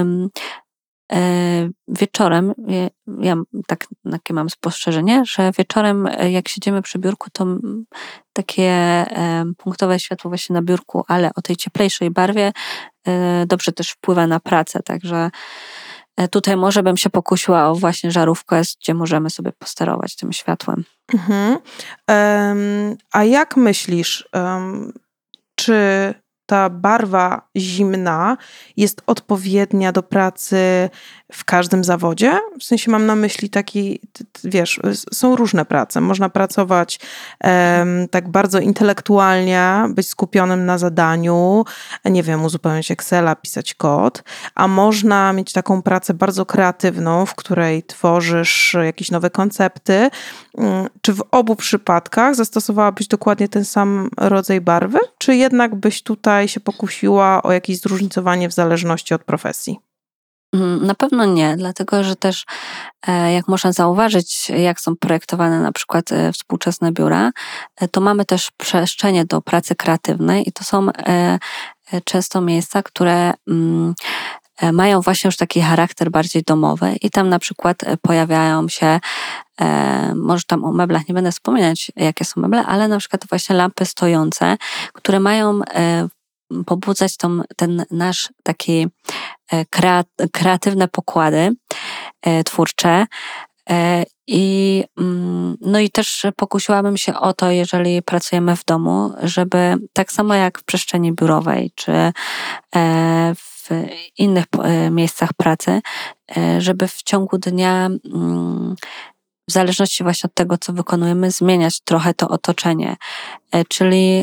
wieczorem, ja tak, takie mam spostrzeżenie, że wieczorem jak siedzimy przy biurku, to takie punktowe światło właśnie na biurku, ale o tej cieplejszej barwie dobrze też wpływa na pracę, także tutaj może bym się pokusiła o właśnie żarówkę, gdzie możemy sobie posterować tym światłem. Mhm. Um, a jak myślisz, um, czy ta barwa zimna jest odpowiednia do pracy w każdym zawodzie? W sensie mam na myśli taki, wiesz, są różne prace. Można pracować um, tak bardzo intelektualnie, być skupionym na zadaniu, nie wiem, uzupełniać Excela, pisać kod, a można mieć taką pracę bardzo kreatywną, w której tworzysz jakieś nowe koncepty. Czy w obu przypadkach zastosowałabyś dokładnie ten sam rodzaj barwy, czy jednak byś tutaj się pokusiła o jakieś zróżnicowanie w zależności od profesji? Na pewno nie, dlatego że też jak można zauważyć, jak są projektowane na przykład współczesne biura, to mamy też przestrzenie do pracy kreatywnej i to są często miejsca, które mają właśnie już taki charakter bardziej domowy i tam na przykład pojawiają się, może tam o meblach nie będę wspominać, jakie są meble, ale na przykład właśnie lampy stojące, które mają pobudzać tą, ten nasz taki kreatywne pokłady twórcze. I, no i też pokusiłabym się o to, jeżeli pracujemy w domu, żeby tak samo jak w przestrzeni biurowej, czy w innych miejscach pracy, żeby w ciągu dnia, w zależności właśnie od tego, co wykonujemy, zmieniać trochę to otoczenie. Czyli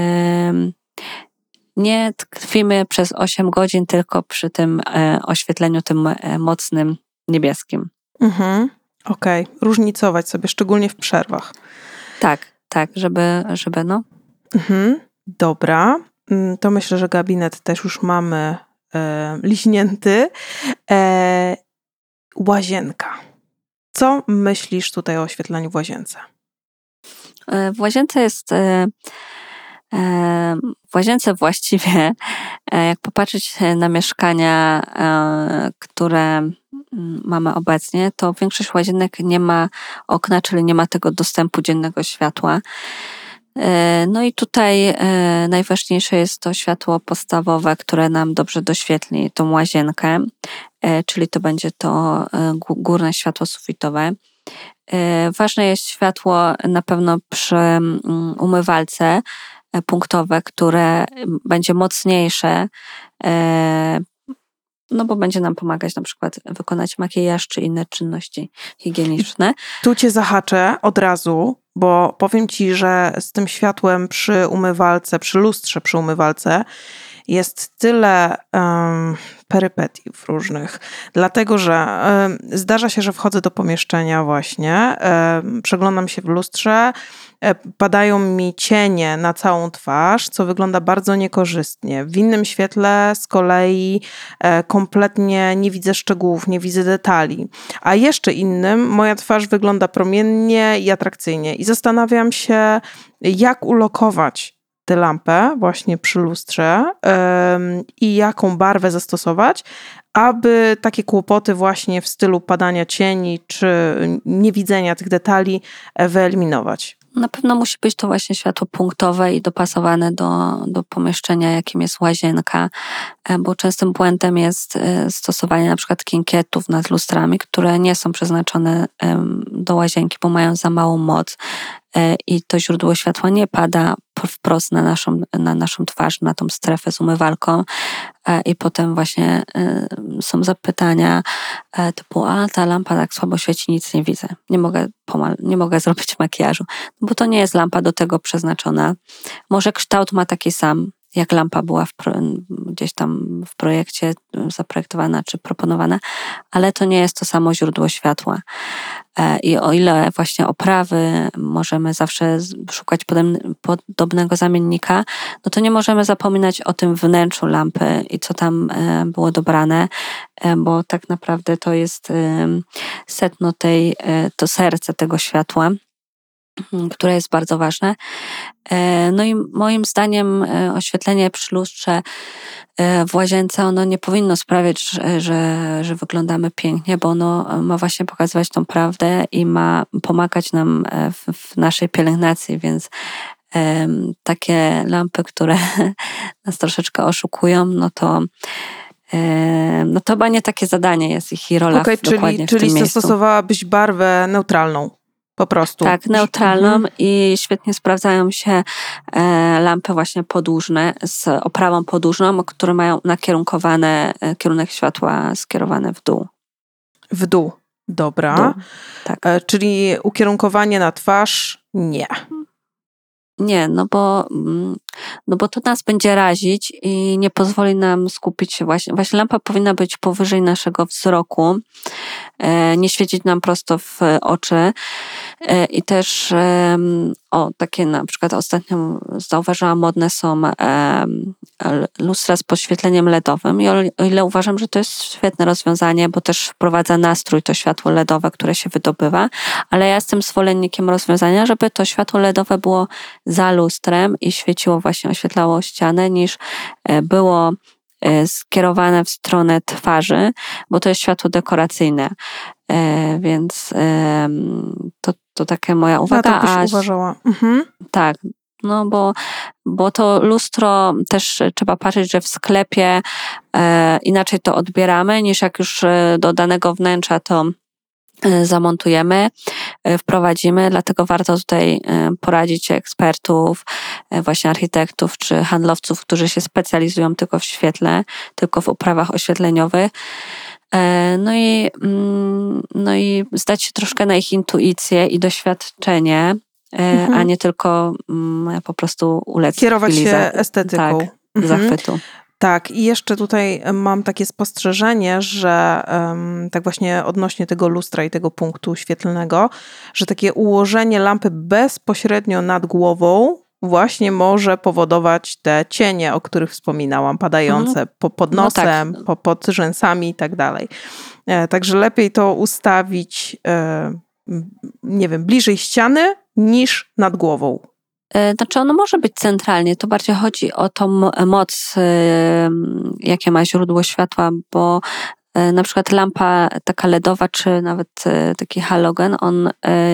nie tkwimy przez osiem godzin tylko przy tym oświetleniu tym mocnym niebieskim. Mhm. Okej, okay. Różnicować sobie, szczególnie w przerwach. Tak, tak, żeby, żeby no. Mhm. Dobra, to myślę, że gabinet też już mamy e, liśnięty. E, łazienka. Co myślisz tutaj o oświetleniu w łazience? W łazience jest... E, W łazience właściwie, jak popatrzeć na mieszkania, które mamy obecnie, to większość łazienek nie ma okna, czyli nie ma tego dostępu dziennego światła. No i tutaj najważniejsze jest to światło podstawowe, które nam dobrze doświetli tą łazienkę, czyli to będzie to górne światło sufitowe. Ważne jest światło na pewno przy umywalce punktowe, które będzie mocniejsze, no bo będzie nam pomagać na przykład wykonać makijaż czy inne czynności higieniczne. Tu cię zahaczę od razu, bo powiem ci, że z tym światłem przy umywalce, przy lustrze przy umywalce jest tyle um, perypetii różnych, dlatego że um, zdarza się, że wchodzę do pomieszczenia właśnie, um, przeglądam się w lustrze, um, padają mi cienie na całą twarz, co wygląda bardzo niekorzystnie. W innym świetle z kolei um, kompletnie nie widzę szczegółów, nie widzę detali, a jeszcze innym moja twarz wygląda promiennie i atrakcyjnie i zastanawiam się, jak ulokować tę lampę właśnie przy lustrze ym, i jaką barwę zastosować, aby takie kłopoty właśnie w stylu padania cieni czy niewidzenia tych detali wyeliminować? Na pewno musi być to właśnie światło punktowe i dopasowane do, do pomieszczenia, jakim jest łazienka, bo częstym błędem jest stosowanie na przykład kinkietów nad lustrami, które nie są przeznaczone do łazienki, bo mają za małą moc i to źródło światła nie pada wprost na naszą, na naszą twarz, na tą strefę z umywalką i potem właśnie są zapytania typu, a ta lampa tak słabo świeci, nic nie widzę, nie mogę, pomal- nie mogę zrobić makijażu, bo to nie jest lampa do tego przeznaczona. Może kształt ma taki sam, jak lampa była w pro, gdzieś tam w projekcie zaprojektowana czy proponowana, ale to nie jest to samo źródło światła. I o ile właśnie oprawy możemy zawsze szukać podobnego zamiennika, no to nie możemy zapominać o tym wnętrzu lampy i co tam było dobrane, bo tak naprawdę to jest sedno tej, to serce tego światła, które jest bardzo ważne. No i moim zdaniem oświetlenie przy lustrze w łazience, ono nie powinno sprawiać, że, że, że wyglądamy pięknie, bo ono ma właśnie pokazywać tą prawdę i ma pomagać nam w, w naszej pielęgnacji, więc um, takie lampy, które nas troszeczkę oszukują, no to um, no to chyba nie takie zadanie jest ich i rola okay, w, dokładnie czyli, w tym czyli miejscu. zastosowałabyś barwę neutralną. Po prostu. Tak, neutralną mhm. i świetnie sprawdzają się e, lampy właśnie podłużne z oprawą podłużną, które mają nakierunkowane, e, kierunek światła skierowany w dół. W dół, dobra. Dół. Tak. E, czyli ukierunkowanie na twarz nie. Nie, no bo, no bo to nas będzie razić i nie pozwoli nam skupić się właśnie. Właśnie lampa powinna być powyżej naszego wzroku, nie świecić nam prosto w oczy i też o, takie na przykład ostatnio zauważyłam, modne są lustra z podświetleniem ledowym i o ile uważam, że to jest świetne rozwiązanie, bo też wprowadza nastrój to światło ledowe, które się wydobywa, ale ja jestem zwolennikiem rozwiązania, żeby to światło ledowe było za lustrem i świeciło właśnie, oświetlało ścianę, niż było skierowane w stronę twarzy, bo to jest światło dekoracyjne. E, więc e, to, to taka moja uwaga. Ja tak byś a, uważała. Mhm. Tak, no bo, bo to lustro też trzeba patrzeć, że w sklepie e, inaczej to odbieramy, niż jak już do danego wnętrza to zamontujemy, wprowadzimy, dlatego warto tutaj poradzić się ekspertów, właśnie architektów czy handlowców, którzy się specjalizują tylko w świetle, tylko w uprawach oświetleniowych. No i, no i zdać się troszkę na ich intuicję i doświadczenie, mhm. a nie tylko po prostu ulec. Kierować się za, estetyką. Tak, mhm. zachwytu. Tak, i jeszcze tutaj mam takie spostrzeżenie, że um, tak właśnie odnośnie tego lustra i tego punktu świetlnego, że takie ułożenie lampy bezpośrednio nad głową właśnie może powodować te cienie, o których wspominałam, padające mhm. po, pod nosem, no tak. po, pod rzęsami i tak dalej. E, także lepiej to ustawić, e, nie wiem, bliżej ściany niż nad głową. Znaczy ono może być centralnie, to bardziej chodzi o tą moc, jakie ma źródło światła, bo na przykład lampa taka ledowa, czy nawet taki halogen, on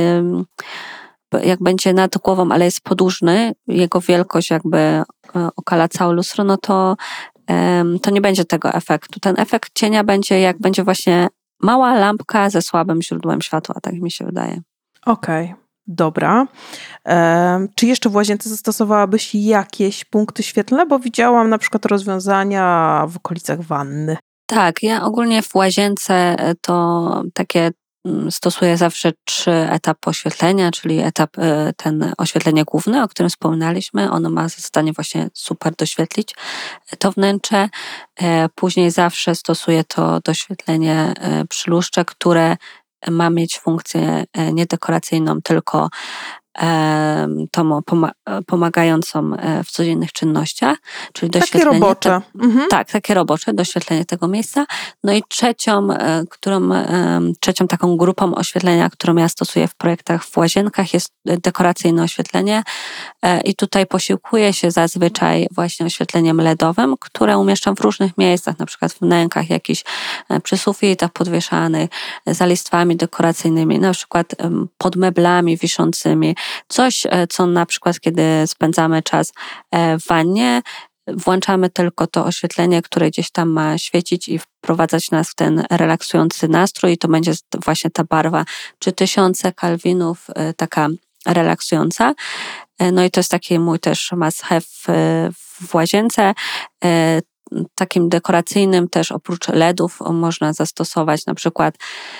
jak będzie nad głową, ale jest podłużny, jego wielkość jakby okala całe lustro, no to, to nie będzie tego efektu. Ten efekt cienia będzie, jak będzie właśnie mała lampka ze słabym źródłem światła, tak mi się wydaje. Okej. Okay. Dobra. E, czy jeszcze w łazience zastosowałabyś jakieś punkty świetlne? Bo widziałam na przykład rozwiązania w okolicach wanny. Tak, ja ogólnie w łazience to takie stosuję zawsze trzy etapy oświetlenia, czyli etap ten oświetlenie główne, o którym wspominaliśmy. Ono ma za zadanie właśnie super doświetlić to wnętrze. Później zawsze stosuję to doświetlenie przy lustrze, które ma mieć funkcję nie dekoracyjną, tylko tą pomagającą w codziennych czynnościach, czyli doświetlenie. Takie robocze. Te, mhm. Tak, takie robocze, doświetlenie tego miejsca. No i trzecią, którą, trzecią taką grupą oświetlenia, którą ja stosuję w projektach w łazienkach, jest dekoracyjne oświetlenie i tutaj posiłkuję się zazwyczaj właśnie oświetleniem LEDowym, które umieszczam w różnych miejscach, na przykład w wnękach, jakichś przy sufitach podwieszanych, za listwami dekoracyjnymi, na przykład pod meblami wiszącymi. Coś, co na przykład, kiedy spędzamy czas w wannie, włączamy tylko to oświetlenie, które gdzieś tam ma świecić i wprowadzać nas w ten relaksujący nastrój i to będzie właśnie ta barwa czy tysiące Kelvinów, taka relaksująca. No i to jest taki mój też must have w łazience. Takim dekoracyjnym też oprócz LEDów można zastosować na przykład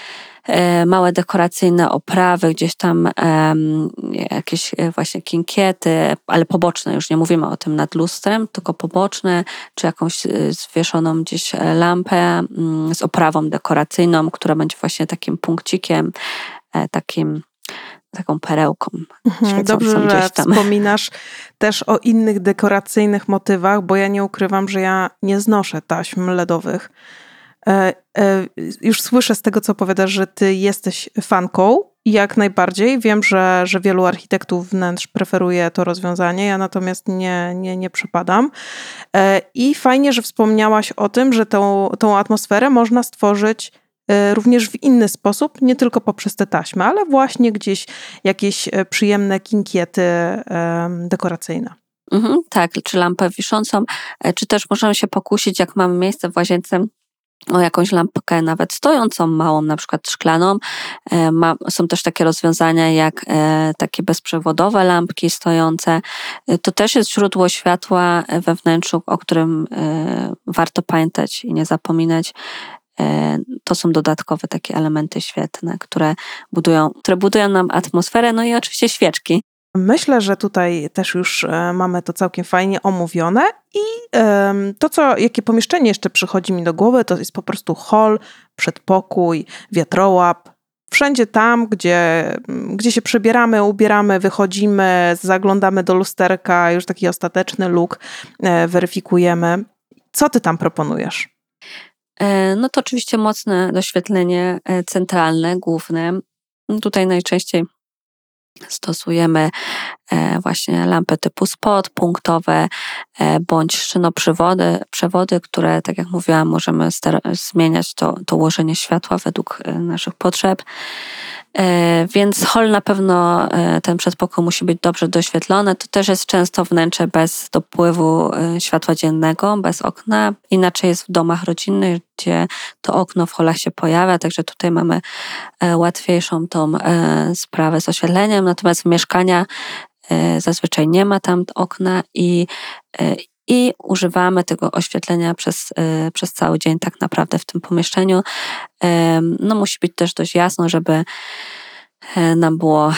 małe dekoracyjne oprawy, gdzieś tam um, jakieś właśnie kinkiety, ale poboczne, już nie mówimy o tym nad lustrem, tylko poboczne, czy jakąś zwieszoną gdzieś lampę um, z oprawą dekoracyjną, która będzie właśnie takim punkcikiem, e, takim taką perełką. Mhm, dobrze, że wspominasz też o innych dekoracyjnych motywach, bo ja nie ukrywam, że ja nie znoszę taśm LEDowych. E, e, już słyszę z tego, co opowiadasz, że ty jesteś fanką i jak najbardziej. Wiem, że, że wielu architektów wnętrz preferuje to rozwiązanie, ja natomiast nie, nie, nie przepadam. E, I fajnie, że wspomniałaś o tym, że tą, tą atmosferę można stworzyć również w inny sposób, nie tylko poprzez te taśmy, ale właśnie gdzieś jakieś przyjemne kinkiety dekoracyjne. Mhm, tak, czy lampę wiszącą, czy też możemy się pokusić, jak mamy miejsce w łazience, o jakąś lampkę nawet stojącą, małą, na przykład szklaną. Ma, są też takie rozwiązania jak e, takie bezprzewodowe lampki stojące. To też jest źródło światła we wnętrzu, o którym e, warto pamiętać i nie zapominać. To są dodatkowe takie elementy świetne, które budują, które budują nam atmosferę, no i oczywiście świeczki. Myślę, że tutaj też już mamy to całkiem fajnie omówione i to, co, jakie pomieszczenie jeszcze przychodzi mi do głowy, to jest po prostu hol, przedpokój, wiatrołap. Wszędzie tam, gdzie, gdzie się przebieramy, ubieramy, wychodzimy, zaglądamy do lusterka, już taki ostateczny look weryfikujemy. Co ty tam proponujesz? No to oczywiście mocne doświetlenie centralne, główne. Tutaj najczęściej stosujemy właśnie lampy typu spot, punktowe, bądź szynoprzewody, przewody, które, tak jak mówiłam, możemy star- zmieniać to, to ułożenie światła według naszych potrzeb. Więc hol na pewno, ten przedpokój musi być dobrze doświetlony. To też jest często wnętrze bez dopływu światła dziennego, bez okna. Inaczej jest w domach rodzinnych, gdzie to okno w holach się pojawia, także tutaj mamy łatwiejszą tą sprawę z oświetleniem. Natomiast w mieszkaniach zazwyczaj nie ma tam okna i I używamy tego oświetlenia przez, przez cały dzień tak naprawdę w tym pomieszczeniu. No musi być też dość jasno, żeby nam było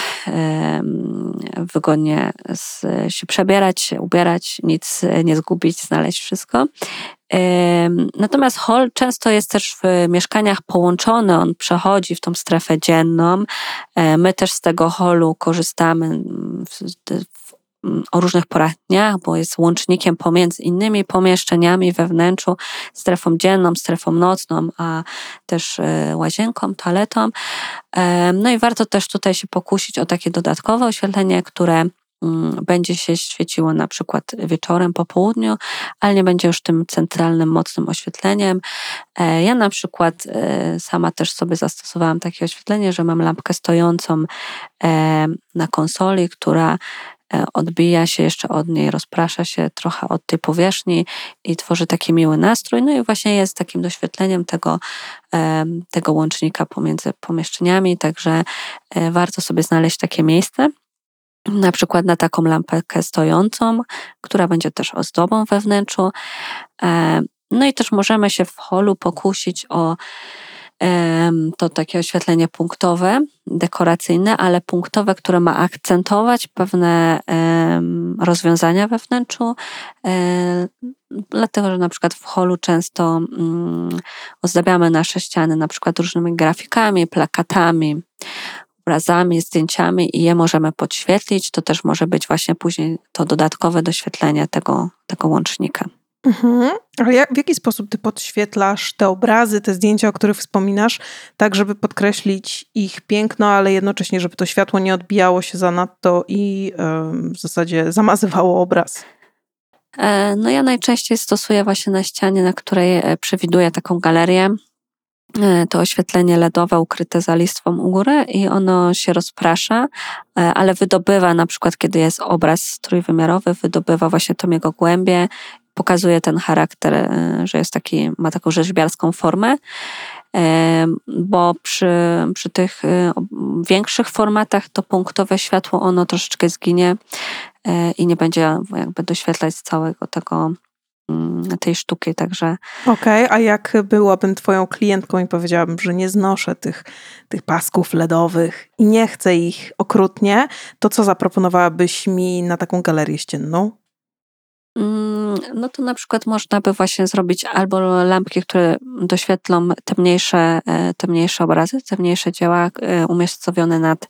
wygodnie się przebierać, ubierać, nic nie zgubić, znaleźć wszystko. Natomiast hol często jest też w mieszkaniach połączony, on przechodzi w tą strefę dzienną. My też z tego holu korzystamy w, w o różnych porach dnia, bo jest łącznikiem pomiędzy innymi pomieszczeniami we wnętrzu, strefą dzienną, strefą nocną, a też łazienką, toaletą. No i warto też tutaj się pokusić o takie dodatkowe oświetlenie, które będzie się świeciło na przykład wieczorem, po południu, ale nie będzie już tym centralnym, mocnym oświetleniem. Ja na przykład sama też sobie zastosowałam takie oświetlenie, że mam lampkę stojącą na konsoli, która odbija się jeszcze od niej, rozprasza się trochę od tej powierzchni i tworzy taki miły nastrój. No i właśnie jest takim doświetleniem tego, tego łącznika pomiędzy pomieszczeniami, także warto sobie znaleźć takie miejsce, na przykład na taką lampkę stojącą, która będzie też ozdobą we wnętrzu. No i też możemy się w holu pokusić o to takie oświetlenie punktowe, dekoracyjne, ale punktowe, które ma akcentować pewne rozwiązania we wnętrzu, dlatego, że na przykład w holu często ozdabiamy nasze ściany na przykład różnymi grafikami, plakatami, obrazami, zdjęciami i je możemy podświetlić. To też może być właśnie później to dodatkowe doświetlenie tego, tego łącznika. Mhm. Ale jak, w jaki sposób ty podświetlasz te obrazy, te zdjęcia, o których wspominasz, tak żeby podkreślić ich piękno, ale jednocześnie, żeby to światło nie odbijało się zanadto i yy, w zasadzie zamazywało obraz? No ja najczęściej stosuję właśnie na ścianie, na której przewiduję taką galerię, to oświetlenie LEDowe ukryte za listwą u góry i ono się rozprasza, ale wydobywa na przykład, kiedy jest obraz trójwymiarowy, wydobywa właśnie tą jego głębię, pokazuje ten charakter, że jest taki, ma taką rzeźbiarską formę, bo przy, przy tych większych formatach to punktowe światło ono troszeczkę zginie i nie będzie jakby doświetlać całego tego, tej sztuki, także... Okej, okay, a jak byłabym twoją klientką i powiedziałabym, że nie znoszę tych, tych pasków LEDowych i nie chcę ich okrutnie, to co zaproponowałabyś mi na taką galerię ścienną? No to na przykład można by właśnie zrobić albo lampki, które doświetlą te mniejsze, te mniejsze obrazy, te mniejsze dzieła umiejscowione nad,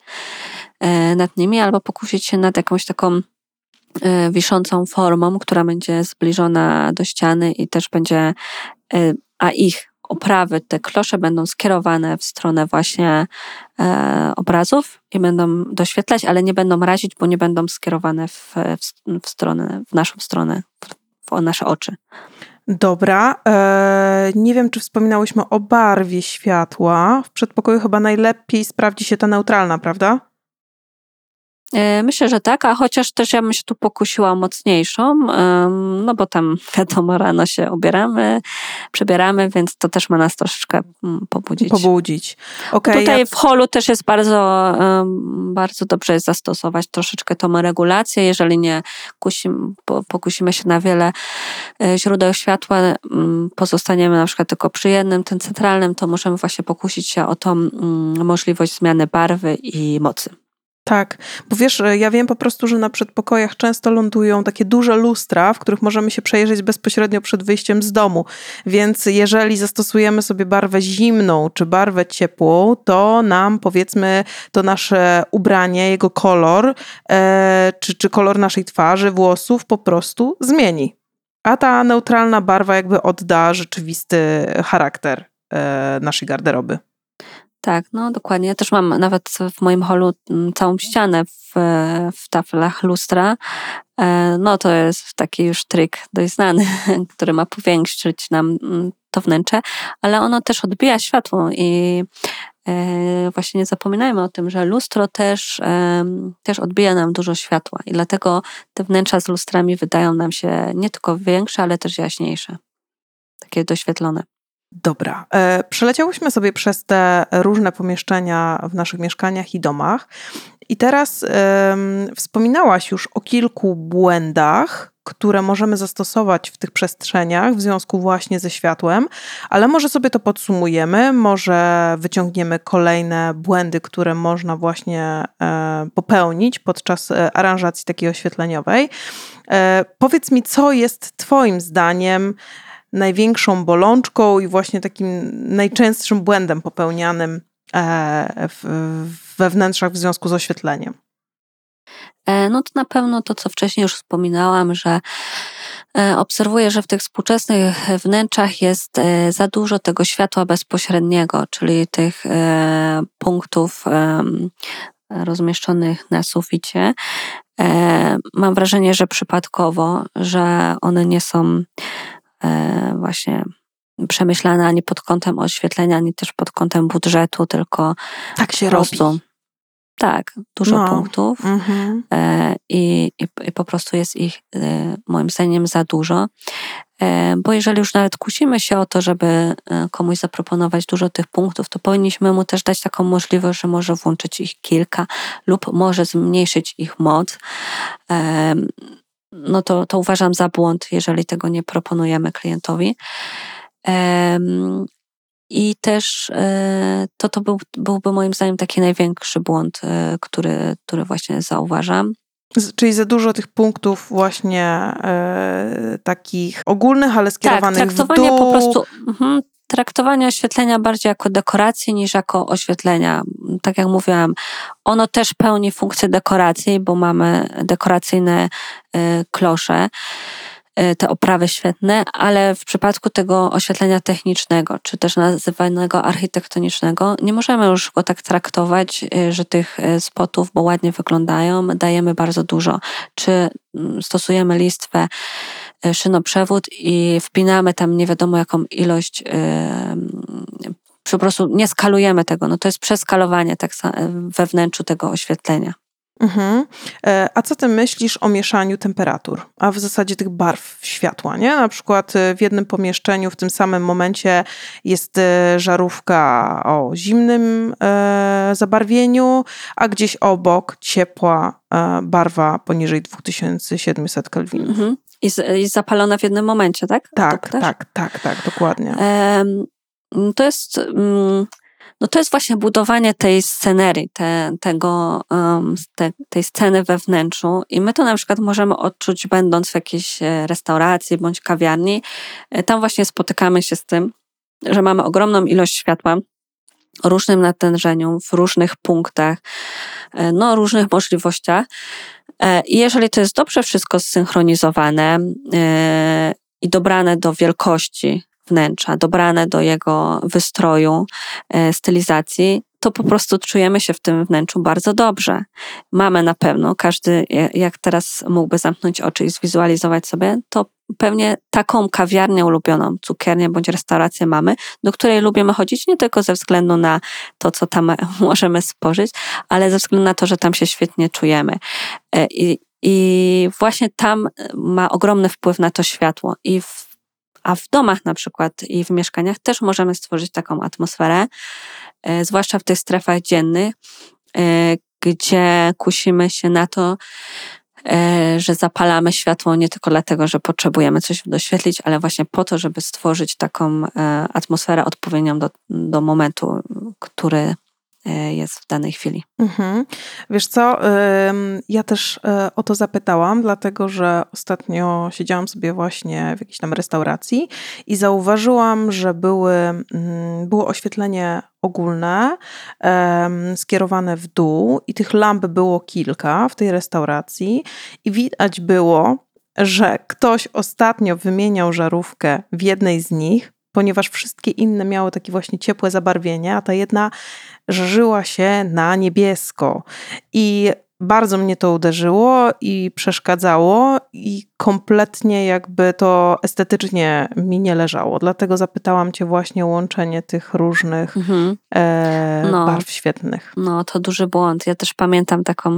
nad nimi, albo pokusić się nad jakąś taką wiszącą formą, która będzie zbliżona do ściany i też będzie, a ich oprawy, te klosze będą skierowane w stronę właśnie e, obrazów i będą doświetlać, ale nie będą razić, bo nie będą skierowane w, w, w stronę, w naszą stronę, w, w nasze oczy. Dobra. E, nie wiem, czy wspominałyśmy o barwie światła. W przedpokoju chyba najlepiej sprawdzi się ta neutralna, prawda? Myślę, że tak, a chociaż też ja bym się tu pokusiła o mocniejszą, no bo tam wiadomo, rano się ubieramy, przebieramy, więc to też ma nas troszeczkę pobudzić. Pobudzić. Okay, Tutaj ja... w holu też jest bardzo, bardzo dobrze jest zastosować troszeczkę tą regulację, jeżeli nie kusimy, pokusimy się na wiele źródeł światła, pozostaniemy na przykład tylko przy jednym, tym centralnym, to możemy właśnie pokusić się o tą możliwość zmiany barwy i mocy. Tak, bo wiesz, ja wiem po prostu, że na przedpokojach często lądują takie duże lustra, w których możemy się przejrzeć bezpośrednio przed wyjściem z domu, więc jeżeli zastosujemy sobie barwę zimną czy barwę ciepłą, to nam powiedzmy to nasze ubranie, jego kolor e, czy, czy kolor naszej twarzy, włosów po prostu zmieni. A ta neutralna barwa jakby odda rzeczywisty charakter e, naszej garderoby. Tak, no dokładnie. Ja też mam nawet w moim holu całą ścianę w, w taflach lustra. No to jest taki już trik dość znany, który ma powiększyć nam to wnętrze, ale ono też odbija światło i właśnie nie zapominajmy o tym, że lustro też, też odbija nam dużo światła i dlatego te wnętrza z lustrami wydają nam się nie tylko większe, ale też jaśniejsze. Takie doświetlone. Dobra. E, przeleciałyśmy sobie przez te różne pomieszczenia w naszych mieszkaniach i domach i teraz e, wspominałaś już o kilku błędach, które możemy zastosować w tych przestrzeniach w związku właśnie ze światłem, ale może sobie to podsumujemy, może wyciągniemy kolejne błędy, które można właśnie e, popełnić podczas aranżacji takiej oświetleniowej. E, powiedz mi, co jest twoim zdaniem największą bolączką i właśnie takim najczęstszym błędem popełnianym we wnętrzach w związku z oświetleniem? No to na pewno to, co wcześniej już wspominałam, że obserwuję, że w tych współczesnych wnętrzach jest za dużo tego światła bezpośredniego, czyli tych punktów rozmieszczonych na suficie. Mam wrażenie, że przypadkowo, że one nie są właśnie przemyślane ani pod kątem oświetlenia, ani też pod kątem budżetu, tylko tak się po prostu, robi. Tak, dużo no. punktów mm-hmm. e, i, i, i po prostu jest ich e, moim zdaniem za dużo, e, bo jeżeli już nawet kusimy się o to, żeby komuś zaproponować dużo tych punktów, to powinniśmy mu też dać taką możliwość, że może włączyć ich kilka lub może zmniejszyć ich moc. E, no to, to uważam za błąd, jeżeli tego nie proponujemy klientowi. Um, I też e, to, to był, byłby moim zdaniem taki największy błąd, e, który, który właśnie zauważam. Czyli za dużo tych punktów właśnie e, takich ogólnych, ale skierowanych tak, traktowanie w dół. po prostu... Mhm, traktowanie oświetlenia bardziej jako dekoracji niż jako oświetlenia. Tak jak mówiłam, ono też pełni funkcję dekoracji, bo mamy dekoracyjne klosze, te oprawy świetne, ale w przypadku tego oświetlenia technicznego, czy też nazywanego architektonicznego, nie możemy już go tak traktować, że tych spotów, bo ładnie wyglądają, dajemy bardzo dużo. Czy stosujemy listwę, szynoprzewód i wpinamy tam nie wiadomo jaką ilość, yy, po prostu nie skalujemy tego. No to jest przeskalowanie tak we wnętrzu tego oświetlenia. Mhm. A co ty myślisz o mieszaniu temperatur, a w zasadzie tych barw światła, nie? Na przykład w jednym pomieszczeniu w tym samym momencie jest żarówka o zimnym zabarwieniu, a gdzieś obok ciepła barwa poniżej dwa tysiące siedemset kelwinów. Mhm. I, z, I zapalona w jednym momencie, tak? Tak, tak, tak, tak, dokładnie. Um, to jest... Um, No to jest właśnie budowanie tej scenerii, te, tego, um, te, tej sceny we wnętrzu i my to na przykład możemy odczuć będąc w jakiejś restauracji bądź kawiarni. Tam właśnie spotykamy się z tym, że mamy ogromną ilość światła o różnym natężeniu, w różnych punktach, no różnych możliwościach. I jeżeli to jest dobrze wszystko zsynchronizowane yy, i dobrane do wielkości wnętrza, dobrane do jego wystroju, e, stylizacji, to po prostu czujemy się w tym wnętrzu bardzo dobrze. Mamy na pewno, każdy jak teraz mógłby zamknąć oczy i zwizualizować sobie, to pewnie taką kawiarnię ulubioną, cukiernię bądź restaurację mamy, do której lubimy chodzić nie tylko ze względu na to, co tam możemy spożyć, ale ze względu na to, że tam się świetnie czujemy. E, i, i właśnie tam ma ogromny wpływ na to światło i w A w domach na przykład i w mieszkaniach też możemy stworzyć taką atmosferę, e, zwłaszcza w tych strefach dziennych, e, gdzie kusimy się na to, e, że zapalamy światło nie tylko dlatego, że potrzebujemy coś doświetlić, ale właśnie po to, żeby stworzyć taką e, atmosferę odpowiednią do, do momentu, który jest w danej chwili. Mhm. Wiesz co, ja też o to zapytałam, dlatego że ostatnio siedziałam sobie właśnie w jakiejś tam restauracji i zauważyłam, że były, było oświetlenie ogólne skierowane w dół i tych lamp było kilka w tej restauracji i widać było, że ktoś ostatnio wymieniał żarówkę w jednej z nich, ponieważ wszystkie inne miały takie właśnie ciepłe zabarwienie, a ta jedna żarzyła się na niebiesko. I bardzo mnie to uderzyło i przeszkadzało i kompletnie jakby to estetycznie mi nie leżało. Dlatego zapytałam cię właśnie o łączenie tych różnych mhm. e, no, barw świetnych. No, to duży błąd. Ja też pamiętam taką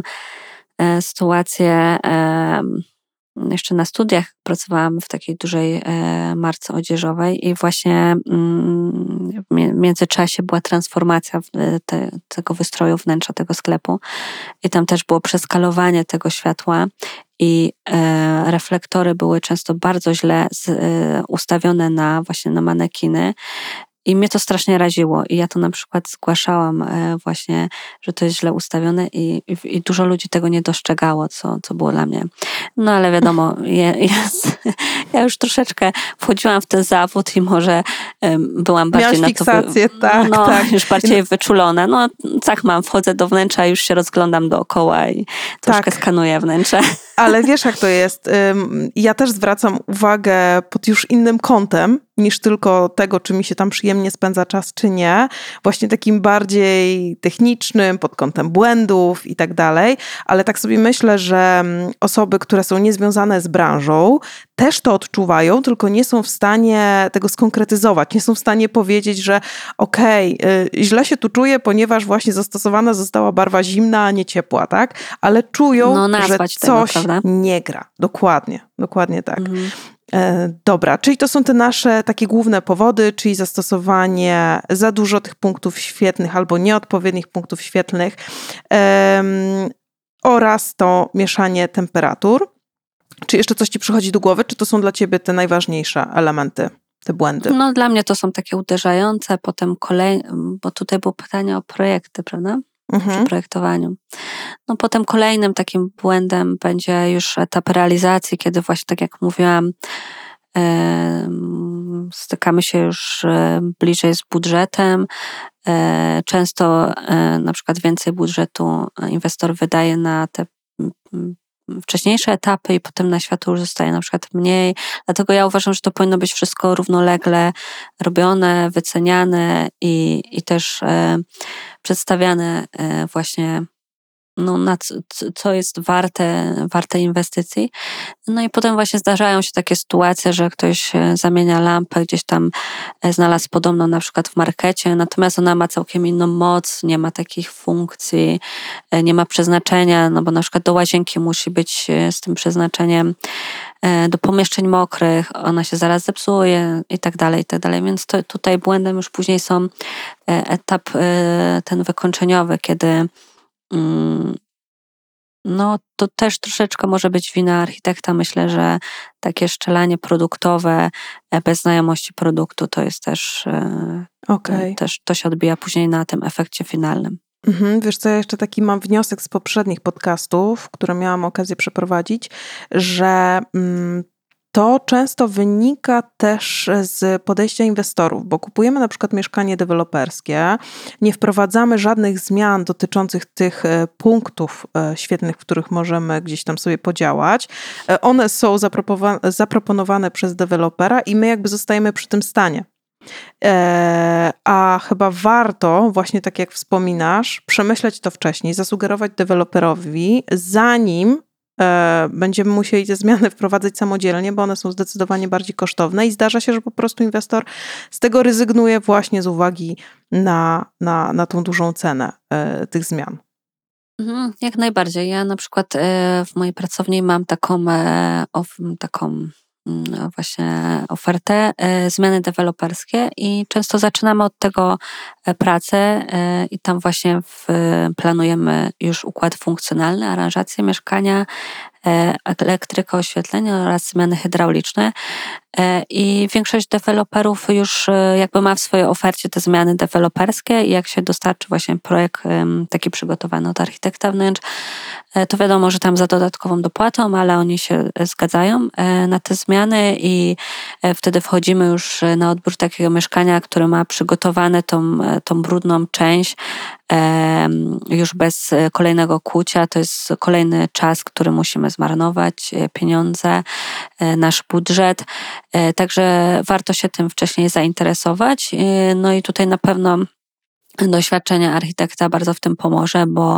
e, sytuację... E, Jeszcze na studiach pracowałam w takiej dużej e, marce odzieżowej i właśnie mm, w międzyczasie była transformacja te, tego wystroju wnętrza tego sklepu i tam też było przeskalowanie tego światła i e, reflektory były często bardzo źle z, e, ustawione na właśnie na manekiny. I mnie to strasznie raziło i ja to na przykład zgłaszałam właśnie, że to jest źle ustawione i, i, i dużo ludzi tego nie dostrzegało, co, co było dla mnie. No ale wiadomo, ja, ja, ja już troszeczkę wchodziłam w ten zawód i może um, byłam bardziej Miałaś na to... fiksację, tak, no, tak. już bardziej wyczulona. No tak mam, wchodzę do wnętrza, już się rozglądam dookoła i troszkę tak. skanuję wnętrze. Ale wiesz jak to jest? Ja też zwracam uwagę pod już innym kątem, niż tylko tego, czy mi się tam przyjemnie spędza czas, czy nie. Właśnie takim bardziej technicznym, pod kątem błędów i tak dalej. Ale tak sobie myślę, że osoby, które są niezwiązane z branżą, też to odczuwają, tylko nie są w stanie tego skonkretyzować. Nie są w stanie powiedzieć, że okej, okay, źle się tu czuję, ponieważ właśnie zastosowana została barwa zimna, a nie ciepła, tak? Ale czują, no, że coś tego, nie gra. Dokładnie, dokładnie tak. Mhm. Dobra, czyli to są te nasze takie główne powody, czyli zastosowanie za dużo tych punktów świetlnych albo nieodpowiednich punktów świetlnych um, oraz to mieszanie temperatur. Czy jeszcze coś ci przychodzi do głowy? Czy to są dla ciebie te najważniejsze elementy, te błędy? No dla mnie to są takie uderzające, potem kolejne, bo tutaj było pytanie o projekty, prawda? Mhm. Przy projektowaniu. No potem kolejnym takim błędem będzie już etap realizacji, kiedy właśnie tak jak mówiłam, stykamy się już bliżej z budżetem. Często na przykład więcej budżetu inwestor wydaje na te wcześniejsze etapy i potem na światło już zostaje na przykład mniej. Dlatego ja uważam, że to powinno być wszystko równolegle robione, wyceniane i, i też e, przedstawiane e, właśnie no, na co, co jest warte, warte inwestycji. No i potem właśnie zdarzają się takie sytuacje, że ktoś zamienia lampę, gdzieś tam znalazł podobną na przykład w markecie, natomiast ona ma całkiem inną moc, nie ma takich funkcji, nie ma przeznaczenia, no bo na przykład do łazienki musi być z tym przeznaczeniem, do pomieszczeń mokrych, ona się zaraz zepsuje i tak dalej, i tak dalej. Więc to, tutaj błędem już później są etap ten wykończeniowy, kiedy no to też troszeczkę może być wina architekta. Myślę, że takie szczelanie produktowe bez znajomości produktu to jest też, okay. też to się odbija później na tym efekcie finalnym. Mhm, wiesz co, ja jeszcze taki mam wniosek z poprzednich podcastów, które miałam okazję przeprowadzić, że mm, to często wynika też z podejścia inwestorów, bo kupujemy na przykład mieszkanie deweloperskie, nie wprowadzamy żadnych zmian dotyczących tych punktów świetnych, w których możemy gdzieś tam sobie podziałać. One są zaproponowane przez dewelopera i my jakby zostajemy przy tym stanie. A chyba warto, właśnie tak jak wspominasz, przemyśleć to wcześniej, zasugerować deweloperowi, zanim będziemy musieli te zmiany wprowadzać samodzielnie, bo one są zdecydowanie bardziej kosztowne i zdarza się, że po prostu inwestor z tego rezygnuje właśnie z uwagi na, na, na tą dużą cenę tych zmian. Mhm, jak najbardziej. Ja na przykład w mojej pracowni mam taką, taką właśnie ofertę, zmiany deweloperskie i często zaczynamy od tego pracę i tam właśnie w, planujemy już układ funkcjonalny, aranżację mieszkania, elektrykę, oświetlenie oraz zmiany hydrauliczne. I większość deweloperów już jakby ma w swojej ofercie te zmiany deweloperskie i jak się dostarczy właśnie projekt taki przygotowany od architekta wnętrz, to wiadomo, że tam za dodatkową dopłatą, ale oni się zgadzają na te zmiany i wtedy wchodzimy już na odbiór takiego mieszkania, które ma przygotowane tą, tą brudną część już bez kolejnego kłucia. To jest kolejny czas, który musimy zmarnować, pieniądze, nasz budżet. Także warto się tym wcześniej zainteresować. No i tutaj na pewno doświadczenie architekta bardzo w tym pomoże, bo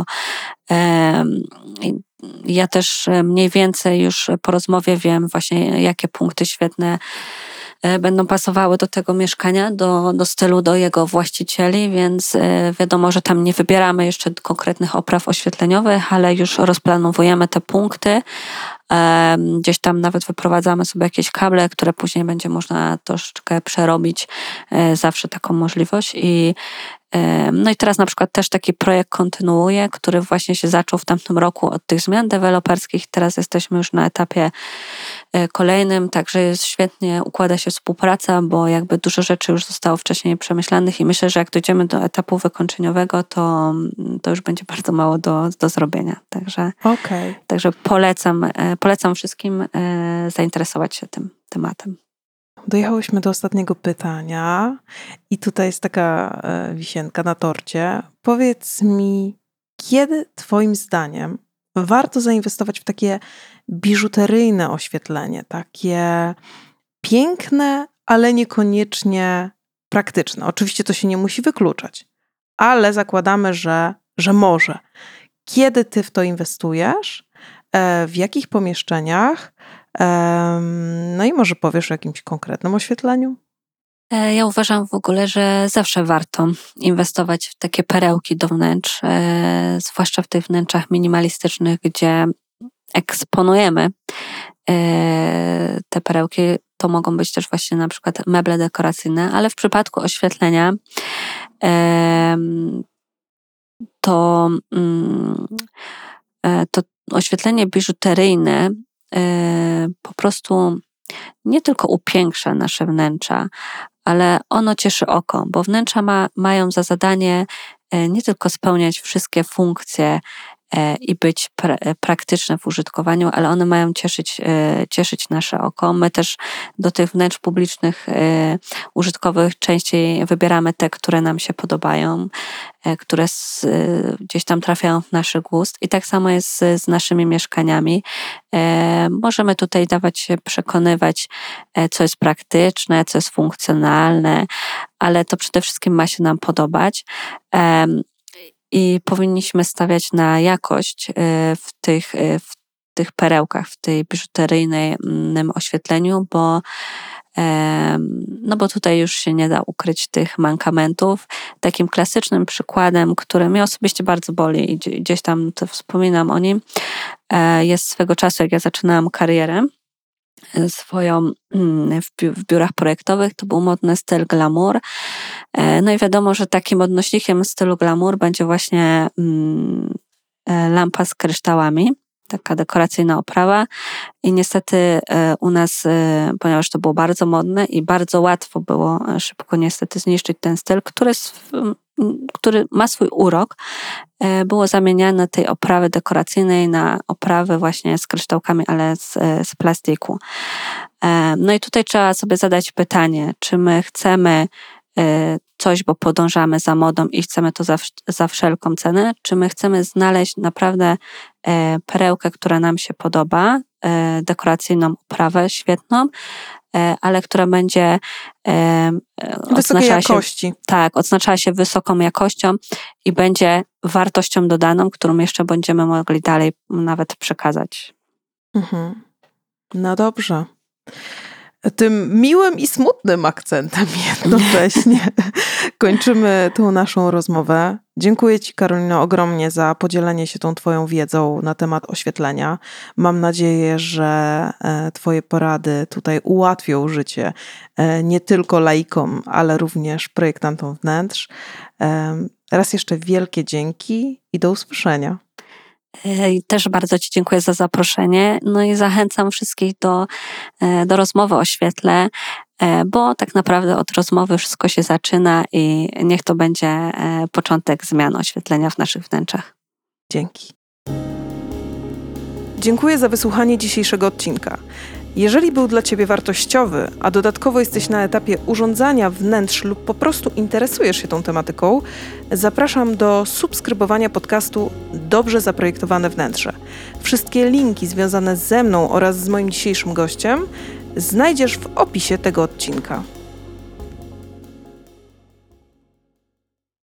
ja też mniej więcej już po rozmowie wiem właśnie, jakie punkty świetne będą pasowały do tego mieszkania, do, do stylu, do jego właścicieli, więc wiadomo, że tam nie wybieramy jeszcze konkretnych opraw oświetleniowych, ale już rozplanowujemy te punkty. Gdzieś tam nawet wyprowadzamy sobie jakieś kable, które później będzie można troszeczkę przerobić, zawsze taką możliwość. I no i teraz na przykład też taki projekt kontynuuję, który właśnie się zaczął w tamtym roku od tych zmian deweloperskich. Teraz jesteśmy już na etapie kolejnym, także jest świetnie, układa się współpraca, bo jakby dużo rzeczy już zostało wcześniej przemyślanych i myślę, że jak dojdziemy do etapu wykończeniowego, to, to już będzie bardzo mało do, do zrobienia. Także, okay. także polecam, polecam wszystkim zainteresować się tym tematem. Dojechałyśmy do ostatniego pytania i tutaj jest taka wisienka na torcie. Powiedz mi, kiedy twoim zdaniem warto zainwestować w takie biżuteryjne oświetlenie, takie piękne, ale niekoniecznie praktyczne? Oczywiście to się nie musi wykluczać, ale zakładamy, że, że może. Kiedy ty w to inwestujesz? W jakich pomieszczeniach? No i może powiesz o jakimś konkretnym oświetleniu? Ja uważam w ogóle, że zawsze warto inwestować w takie perełki do wnętrz, zwłaszcza w tych wnętrzach minimalistycznych, gdzie eksponujemy te perełki. To mogą być też właśnie na przykład meble dekoracyjne, ale w przypadku oświetlenia to, to oświetlenie biżuteryjne po prostu nie tylko upiększa nasze wnętrza, ale ono cieszy oko, bo wnętrza ma, mają za zadanie nie tylko spełniać wszystkie funkcje i być pra- praktyczne w użytkowaniu, ale one mają cieszyć, cieszyć nasze oko. My też do tych wnętrz publicznych użytkowych częściej wybieramy te, które nam się podobają, które z, gdzieś tam trafiają w nasz gust. I tak samo jest z, z naszymi mieszkaniami. Możemy tutaj dawać się przekonywać, co jest praktyczne, co jest funkcjonalne, ale to przede wszystkim ma się nam podobać. I powinniśmy stawiać na jakość w tych, w tych perełkach, w tej biżuteryjnym oświetleniu, bo, no bo tutaj już się nie da ukryć tych mankamentów. Takim klasycznym przykładem, który mnie osobiście bardzo boli i gdzieś tam to wspominam o nim, jest swego czasu, jak ja zaczynałam karierę swoją w biurach projektowych, to był modny styl glamour. No i wiadomo, że takim odnośnikiem stylu glamour będzie właśnie lampa z kryształami, taka dekoracyjna oprawa. I niestety u nas, ponieważ to było bardzo modne i bardzo łatwo było szybko niestety zniszczyć ten styl, który, który ma swój urok, było zamieniane tej oprawy dekoracyjnej na oprawę właśnie z kryształkami, ale z, z plastiku. No i tutaj trzeba sobie zadać pytanie, czy my chcemy coś, bo podążamy za modą i chcemy to za, za wszelką cenę, czy my chcemy znaleźć naprawdę perełkę, która nam się podoba, dekoracyjną oprawę świetną, ale która będzie wysokiej jakości. Się, tak, odznaczała się wysoką jakością i będzie wartością dodaną, którą jeszcze będziemy mogli dalej nawet przekazać. Mhm. No dobrze. Tym miłym i smutnym akcentem jednocześnie kończymy tą naszą rozmowę. Dziękuję Ci, Karolino, ogromnie za podzielenie się tą Twoją wiedzą na temat oświetlenia. Mam nadzieję, że Twoje porady tutaj ułatwią życie nie tylko laikom, ale również projektantom wnętrz. Raz jeszcze wielkie dzięki i do usłyszenia. Też bardzo Ci dziękuję za zaproszenie. No i zachęcam wszystkich do, do rozmowy o świetle, bo tak naprawdę od rozmowy wszystko się zaczyna i niech to będzie początek zmian oświetlenia w naszych wnętrzach. Dzięki. Dziękuję za wysłuchanie dzisiejszego odcinka. Jeżeli był dla Ciebie wartościowy, a dodatkowo jesteś na etapie urządzania wnętrz lub po prostu interesujesz się tą tematyką, zapraszam do subskrybowania podcastu Dobrze Zaprojektowane Wnętrze. Wszystkie linki związane ze mną oraz z moim dzisiejszym gościem znajdziesz w opisie tego odcinka.